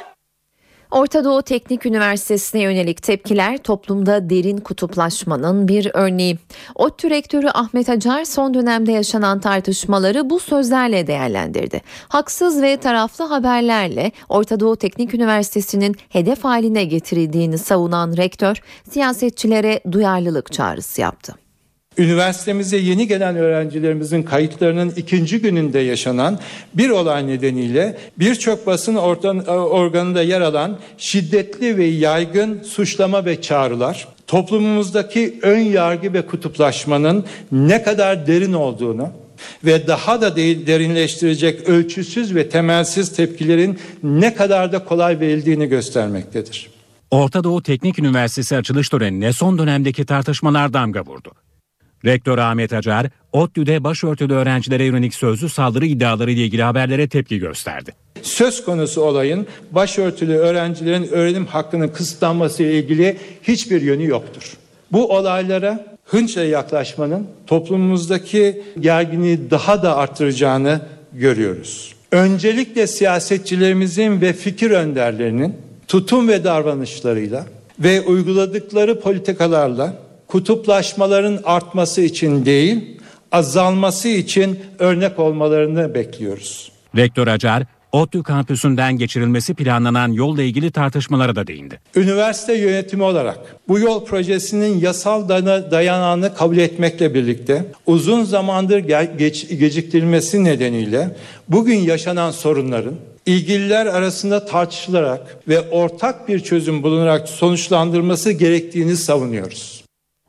Orta Doğu Teknik Üniversitesi'ne yönelik tepkiler toplumda derin kutuplaşmanın bir örneği. ODTÜ Rektörü Ahmet Acar son dönemde yaşanan tartışmaları bu sözlerle değerlendirdi. Haksız ve taraflı haberlerle Orta Doğu Teknik Üniversitesi'nin hedef haline getirildiğini savunan rektör siyasetçilere duyarlılık çağrısı yaptı. Üniversitemize yeni gelen öğrencilerimizin kayıtlarının 2. gününde yaşanan bir olay nedeniyle birçok basın organında yer alan şiddetli ve yaygın suçlama ve çağrılar, toplumumuzdaki ön yargı ve kutuplaşmanın ne kadar derin olduğunu ve daha da derinleştirecek ölçüsüz ve temelsiz tepkilerin ne kadar da kolay verildiğini göstermektedir. Orta Doğu Teknik Üniversitesi açılış törenine son dönemdeki tartışmalar damga vurdu. Rektör Ahmet Acar, ODTÜ'de başörtülü öğrencilere yönelik sözlü saldırı iddiaları ile ilgili haberlere tepki gösterdi. Söz konusu olayın başörtülü öğrencilerin öğrenim hakkının kısıtlanması ile ilgili hiçbir yönü yoktur. Bu olaylara hınçla yaklaşmanın toplumumuzdaki gerginliği daha da arttıracağını görüyoruz. Öncelikle siyasetçilerimizin ve fikir önderlerinin tutum ve davranışlarıyla ve uyguladıkları politikalarla kutuplaşmaların artması için değil, azalması için örnek olmalarını bekliyoruz. Rektör Acar, ODTÜ kampüsünden geçirilmesi planlanan yolla ilgili tartışmalara da değindi. Üniversite yönetimi olarak bu yol projesinin yasal dayanağını kabul etmekle birlikte uzun zamandır geciktirilmesi nedeniyle bugün yaşanan sorunların ilgililer arasında tartışılarak ve ortak bir çözüm bulunarak sonuçlandırılması gerektiğini savunuyoruz.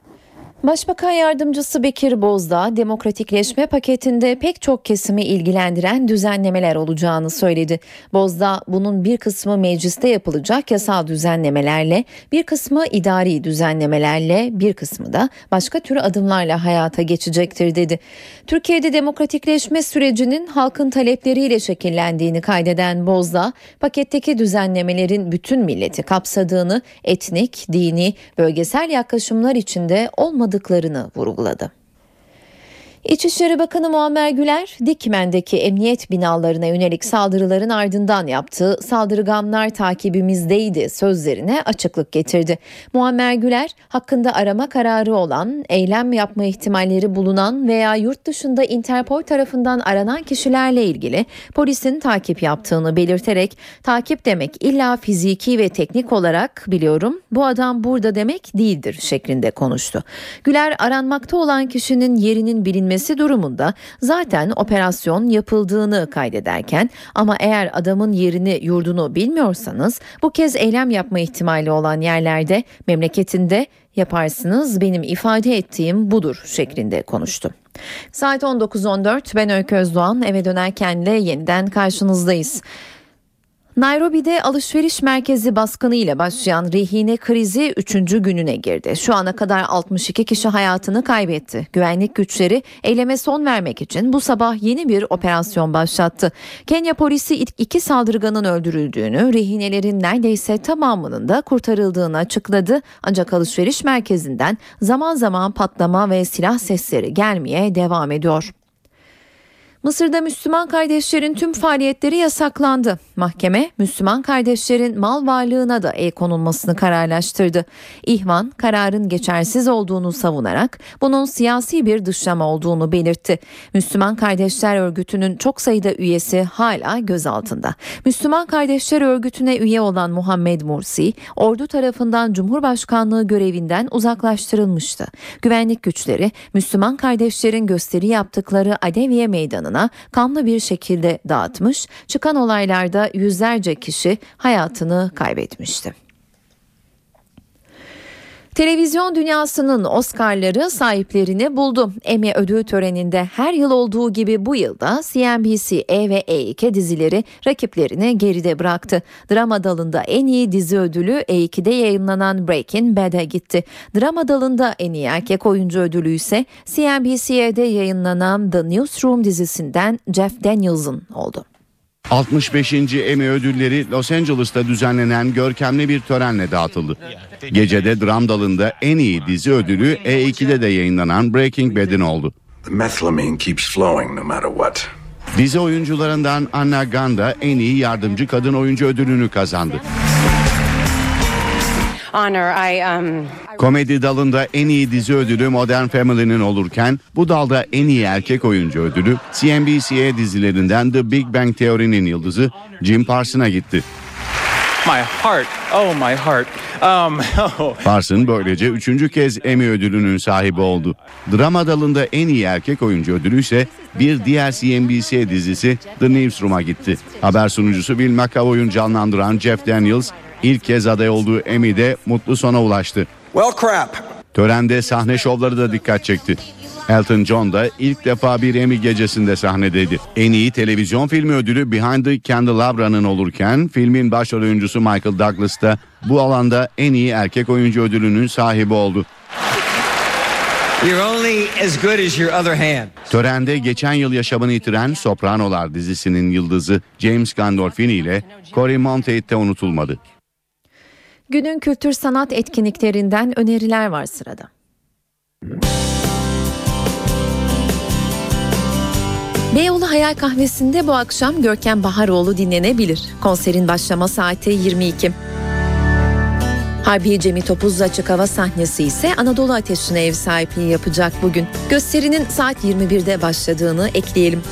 Başbakan Yardımcısı Bekir Bozdağ, demokratikleşme paketinde pek çok kesimi ilgilendiren düzenlemeler olacağını söyledi. Bozdağ, bunun bir kısmı mecliste yapılacak yasal düzenlemelerle, bir kısmı idari düzenlemelerle, bir kısmı da başka tür adımlarla hayata geçecektir dedi. Türkiye'de demokratikleşme sürecinin halkın talepleriyle şekillendiğini kaydeden Bozdağ, paketteki düzenlemelerin bütün milleti kapsadığını, etnik, dini, bölgesel yaklaşımlar içinde olmadığını vurguladı. İçişleri Bakanı Muammer Güler, Dikmen'deki emniyet binalarına yönelik saldırıların ardından yaptığı "saldırganlar takibimizdeydi" sözlerine açıklık getirdi. Muammer Güler, hakkında arama kararı olan, eylem yapma ihtimalleri bulunan veya yurt dışında Interpol tarafından aranan kişilerle ilgili polisin takip yaptığını belirterek, takip demek illa fiziki ve teknik olarak biliyorum, bu adam burada demek değildir şeklinde konuştu. Güler, aranmakta olan kişinin yerinin bilinmesi durumunda zaten operasyon yapıldığını kaydederken, ama eğer adamın yerini, yurdunu bilmiyorsanız bu kez eylem yapma ihtimali olan yerlerde, memleketinde yaparsınız, benim ifade ettiğim budur şeklinde konuştu. Saat 19.14, ben Öykü Özdoğan, eve dönerken de yeniden karşınızdayız. Nairobi'de alışveriş merkezi baskını ile başlayan rehine krizi 3. gününe girdi. Şu ana kadar 62 kişi hayatını kaybetti. Güvenlik güçleri eyleme son vermek için bu sabah yeni bir operasyon başlattı. Kenya polisi ilk 2 saldırganın öldürüldüğünü, rehinelerin neredeyse tamamının da kurtarıldığını açıkladı. Ancak alışveriş merkezinden zaman zaman patlama ve silah sesleri gelmeye devam ediyor. Mısır'da Müslüman kardeşlerin tüm faaliyetleri yasaklandı. Mahkeme, Müslüman kardeşlerin mal varlığına da el konulmasını kararlaştırdı. İhvan, kararın geçersiz olduğunu savunarak bunun siyasi bir dışlama olduğunu belirtti. Müslüman Kardeşler Örgütü'nün çok sayıda üyesi hala gözaltında. Müslüman Kardeşler Örgütü'ne üye olan Muhammed Mursi, ordu tarafından Cumhurbaşkanlığı görevinden uzaklaştırılmıştı. Güvenlik güçleri, Müslüman kardeşlerin gösteri yaptıkları Adeviye Meydanı kanlı bir şekilde dağıtmış, çıkan olaylarda yüzlerce kişi hayatını kaybetmişti. Televizyon dünyasının Oscar'ları sahiplerini buldu. Emmy ödül töreninde her yıl olduğu gibi bu yılda CNBC E ve E2 dizileri rakiplerini geride bıraktı. Drama dalında en iyi dizi ödülü E2'de yayınlanan Breaking Bad'e gitti. Drama dalında en iyi erkek oyuncu ödülü ise CNBC'de yayınlanan The Newsroom dizisinden Jeff Daniels'ın oldu. 65. Emmy ödülleri Los Angeles'ta düzenlenen görkemli bir törenle dağıtıldı. Gecede dram dalında en iyi dizi ödülü E2'de de yayınlanan Breaking Bad'in oldu. Dizi oyuncularından Anna Ganda en iyi yardımcı kadın oyuncu ödülünü kazandı. Komedi dalında en iyi dizi ödülü Modern Family'nin olurken bu dalda en iyi erkek oyuncu ödülü CNBC dizilerinden The Big Bang Theory'nin yıldızı Jim Parsons'a gitti. Parson böylece 3. kez Emmy ödülünün sahibi oldu. Drama dalında en iyi erkek oyuncu ödülü ise bir diğer CNBC dizisi The Newsroom'a gitti. Haber sunucusu Bill McAvoy'un canlandıran Jeff Daniels ilk kez aday olduğu Emmy'de mutlu sona ulaştı. Törende sahne şovları da dikkat çekti. Elton John da ilk defa bir Emmy gecesinde sahnedeydi. En iyi televizyon filmi ödülü Behind the Candelabra'nın olurken filmin başrol oyuncusu Michael Douglas da bu alanda en iyi erkek oyuncu ödülünün sahibi oldu. Törende geçen yıl yaşamını yitiren Sopranolar dizisinin yıldızı James Gandolfini ile Cory Monteith de unutulmadı. Günün kültür sanat etkinliklerinden öneriler var sırada. Beyoğlu Hayal Kahvesi'nde bu akşam Görkem Baharoğlu dinlenebilir. Konserin başlama saati 22. Harbiye Cemil Topuzlu açık hava sahnesi ise Anadolu Ateşi'ne ev sahipliği yapacak bugün. Gösterinin saat 21'de başladığını ekleyelim.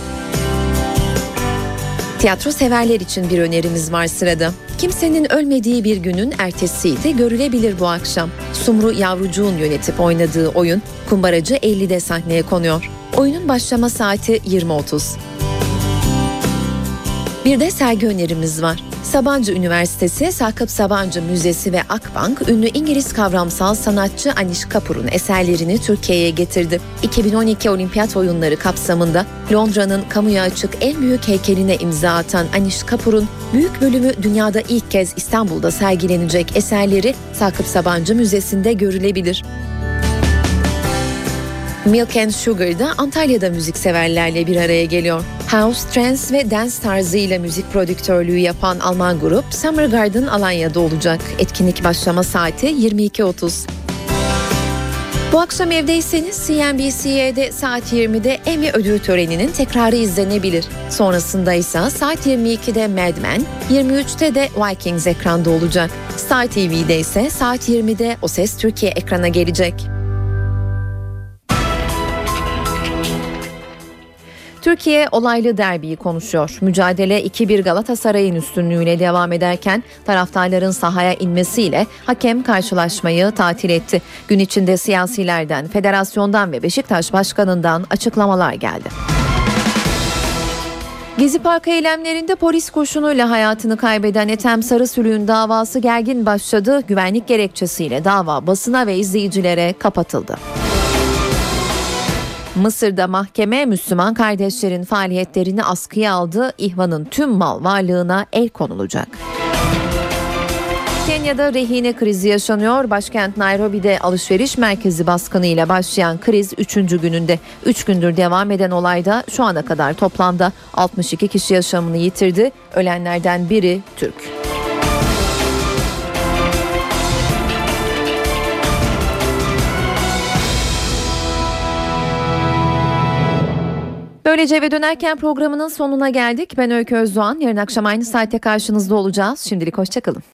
Tiyatro severler için bir önerimiz var sırada. Kimsenin ölmediği bir günün ertesiydi görülebilir bu akşam. Sumru Yavrucuğun yönetip oynadığı oyun Kumbaracı 50'de sahneye konuyor. Oyunun başlama saati 20.30. Bir de sergi önerimiz var. Sabancı Üniversitesi, Sakıp Sabancı Müzesi ve Akbank, ünlü İngiliz kavramsal sanatçı Anish Kapoor'un eserlerini Türkiye'ye getirdi. 2012 Olimpiyat Oyunları kapsamında Londra'nın kamuya açık en büyük heykeline imza atan Anish Kapoor'un büyük bölümü dünyada ilk kez İstanbul'da sergilenecek eserleri Sakıp Sabancı Müzesi'nde görülebilir. Milk and Sugar'da Antalya'da müzikseverlerle bir araya geliyor. House, trance ve dance tarzıyla müzik prodüktörlüğü yapan Alman grup Summer Garden Alanya'da olacak. Etkinlik başlama saati 22.30. Bu akşam evdeyseniz CNBC'de saat 20'de Emmy ödül töreninin tekrarı izlenebilir. Sonrasında ise saat 22'de Mad Men, 23'te de Vikings ekranda olacak. Star TV'de ise saat 20'de O Ses Türkiye ekrana gelecek. Türkiye olaylı derbiyi konuşuyor. Mücadele 2-1 Galatasaray'ın üstünlüğüyle devam ederken taraftarların sahaya inmesiyle hakem karşılaşmayı tatil etti. Gün içinde siyasilerden, federasyondan ve Beşiktaş Başkanı'ndan açıklamalar geldi. Gezi Parkı eylemlerinde polis kurşunuyla hayatını kaybeden Ethem Sarısülük'ün davası gergin başladı. Güvenlik gerekçesiyle dava basına ve izleyicilere kapatıldı. Mısır'da mahkeme Müslüman kardeşlerin faaliyetlerini askıya aldı. İhvan'ın tüm mal varlığına el konulacak. Kenya'da rehine krizi yaşanıyor. Başkent Nairobi'de alışveriş merkezi baskınıyla başlayan kriz 3. gününde. 3 gündür devam eden olayda şu ana kadar toplamda 62 kişi yaşamını yitirdi. Ölenlerden biri Türk. Böylece eve dönerken programının sonuna geldik. Ben Öykü Özdoğan. Yarın akşam aynı saatte karşınızda olacağız. Şimdilik hoşça kalın.